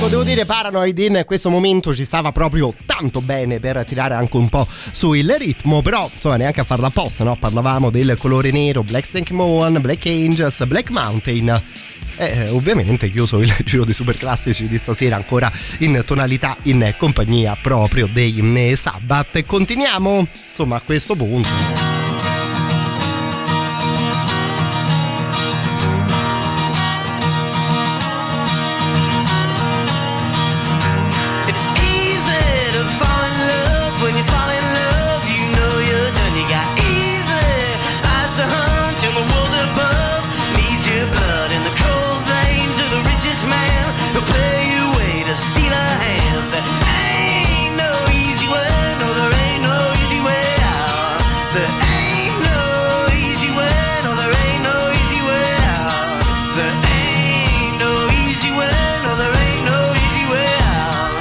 Ecco, devo dire, Paranoid in questo momento ci stava proprio tanto bene per tirare anche un po' su il ritmo, però insomma neanche a farla apposta, no? Parlavamo del colore nero, Black Snake Moan, Black Angels, Black Mountain. Ovviamente chiuso il giro dei super classici di stasera ancora in tonalità in compagnia proprio dei Sabbath. E continuiamo insomma a questo punto. Steal a hand. Ain't no easy way, no, there ain't no easy way out. There ain't no easy way, no, there ain't no easy way out. There ain't no easy way, no, there ain't no easy way out.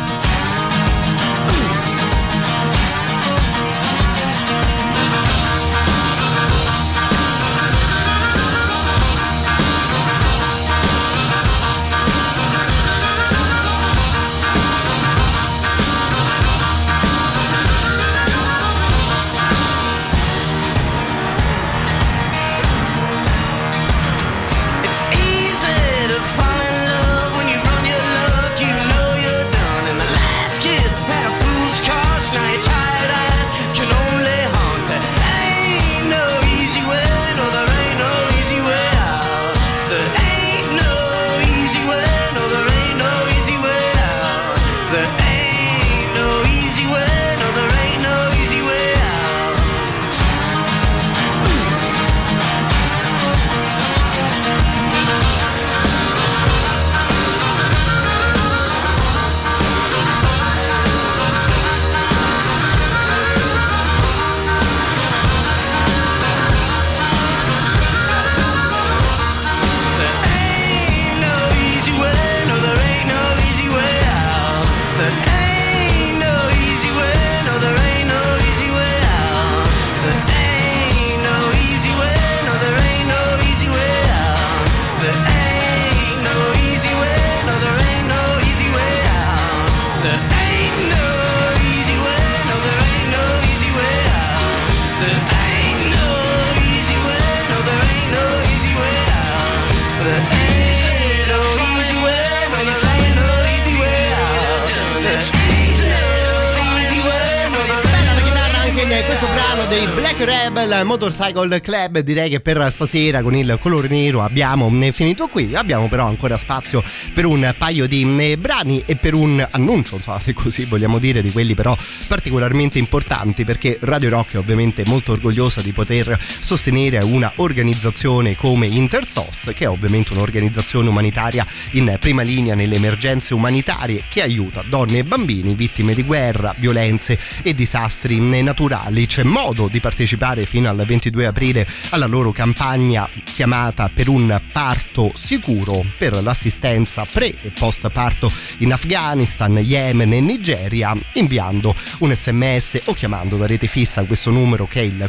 Dei Black Rebel Motorcycle Club. Direi che per stasera con il colore nero abbiamo finito qui. Abbiamo però ancora spazio per un paio di brani e per un annuncio, insomma, se così vogliamo dire, di quelli però particolarmente importanti, perché Radio Rock è ovviamente molto orgogliosa di poter sostenere una organizzazione come Intersos, che è ovviamente un'organizzazione umanitaria in prima linea nelle emergenze umanitarie, che aiuta donne e bambini vittime di guerra, violenze e disastri naturali. C'è modo di partecipare fino al 22 aprile alla loro campagna chiamata Per un parto sicuro, per l'assistenza pre e post parto in Afghanistan, Yemen e Nigeria, inviando un SMS o chiamando da rete fissa questo numero che è il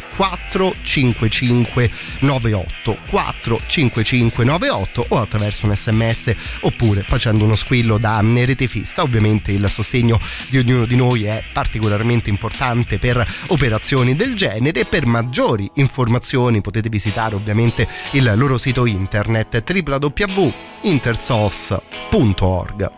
45598 45598, o attraverso un SMS oppure facendo uno squillo da rete fissa. Ovviamente il sostegno di ognuno di noi è particolarmente importante per operazioni del genere. Per maggiori informazioni potete visitare ovviamente il loro sito internet www.intersos.org.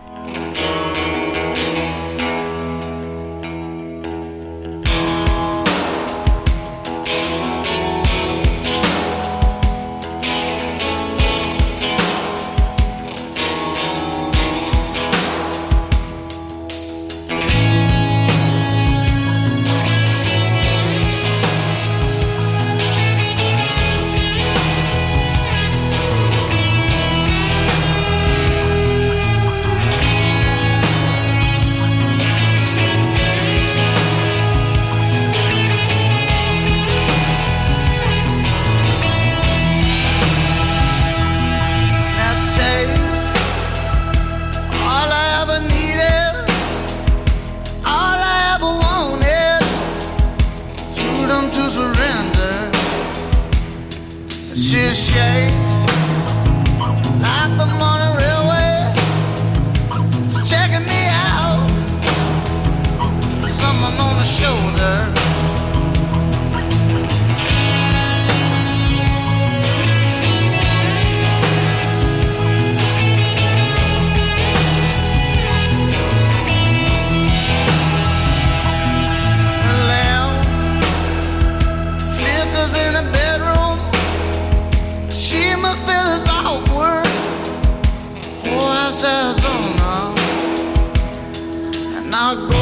I go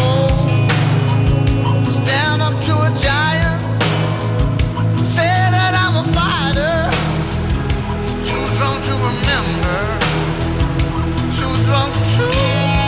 stand up to a giant, say that I'm a fighter, too drunk to remember, too drunk to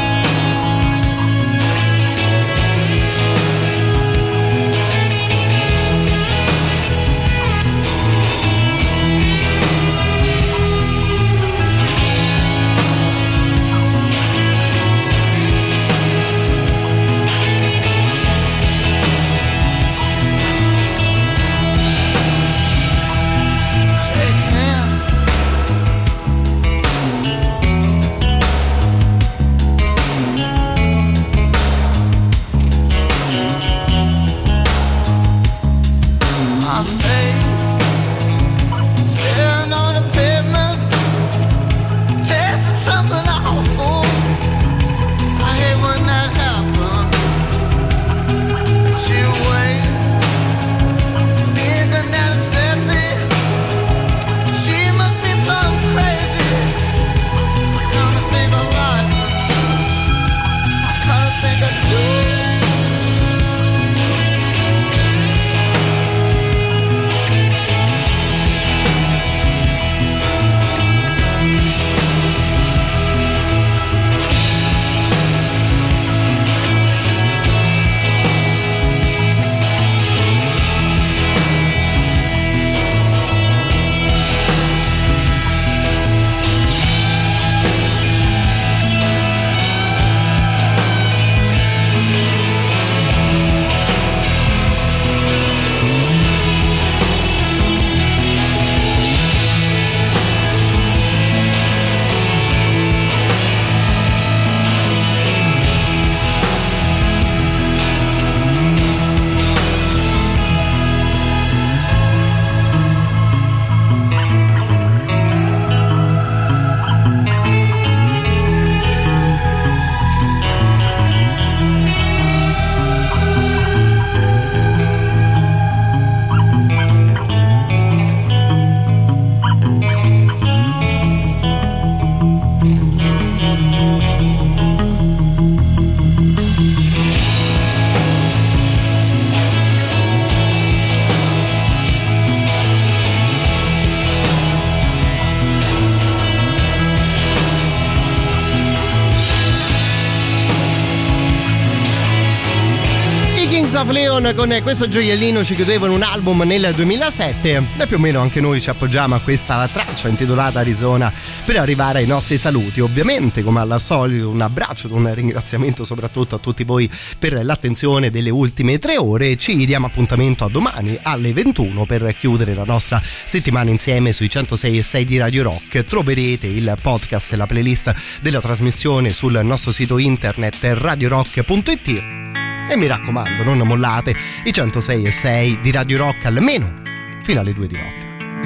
of Leon con questo gioiellino ci chiudevano un album nel 2007 e più o meno anche noi ci appoggiamo a questa traccia intitolata Arizona per arrivare ai nostri saluti. Ovviamente, come al solito, un abbraccio, un ringraziamento soprattutto a tutti voi per l'attenzione delle ultime 3 ore. Ci diamo appuntamento a domani alle 21 per chiudere la nostra settimana insieme sui 106.6 di Radio Rock. Troverete il podcast e la playlist della trasmissione sul nostro sito internet radiorock.it. E mi raccomando, non mollate i 106.6 di Radio Rock almeno fino alle 2 di notte.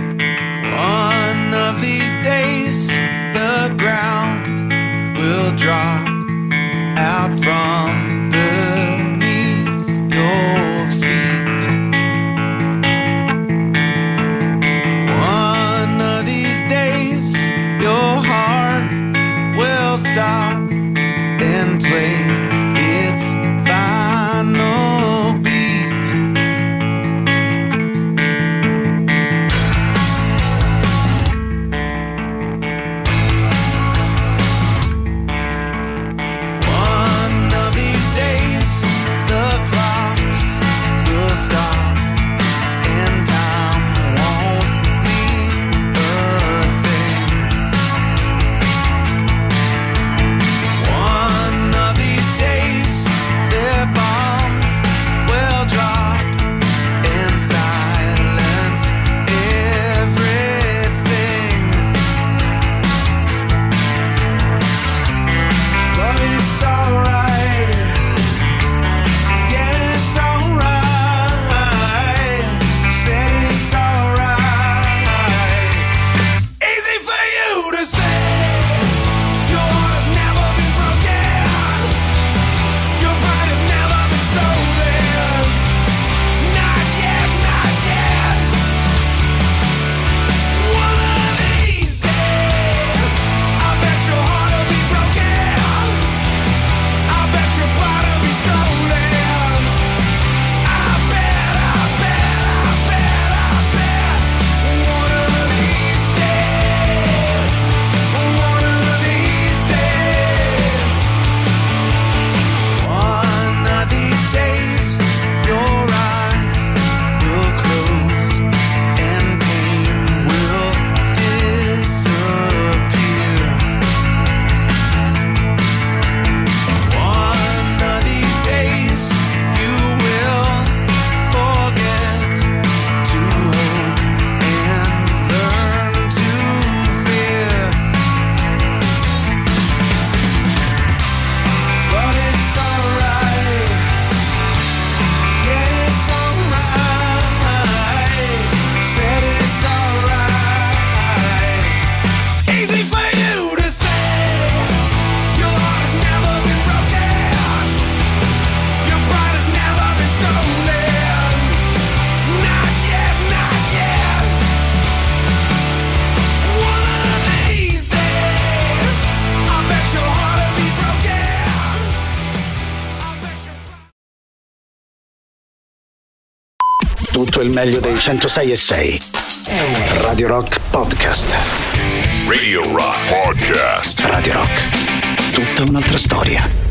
One of these days the ground will drop out from beneath your feet. One of these days your heart will stop and play its final beat. One of the Tutto il meglio dei 106.6. Radio Rock Podcast. Radio Rock Podcast. Radio Rock. Tutta un'altra storia.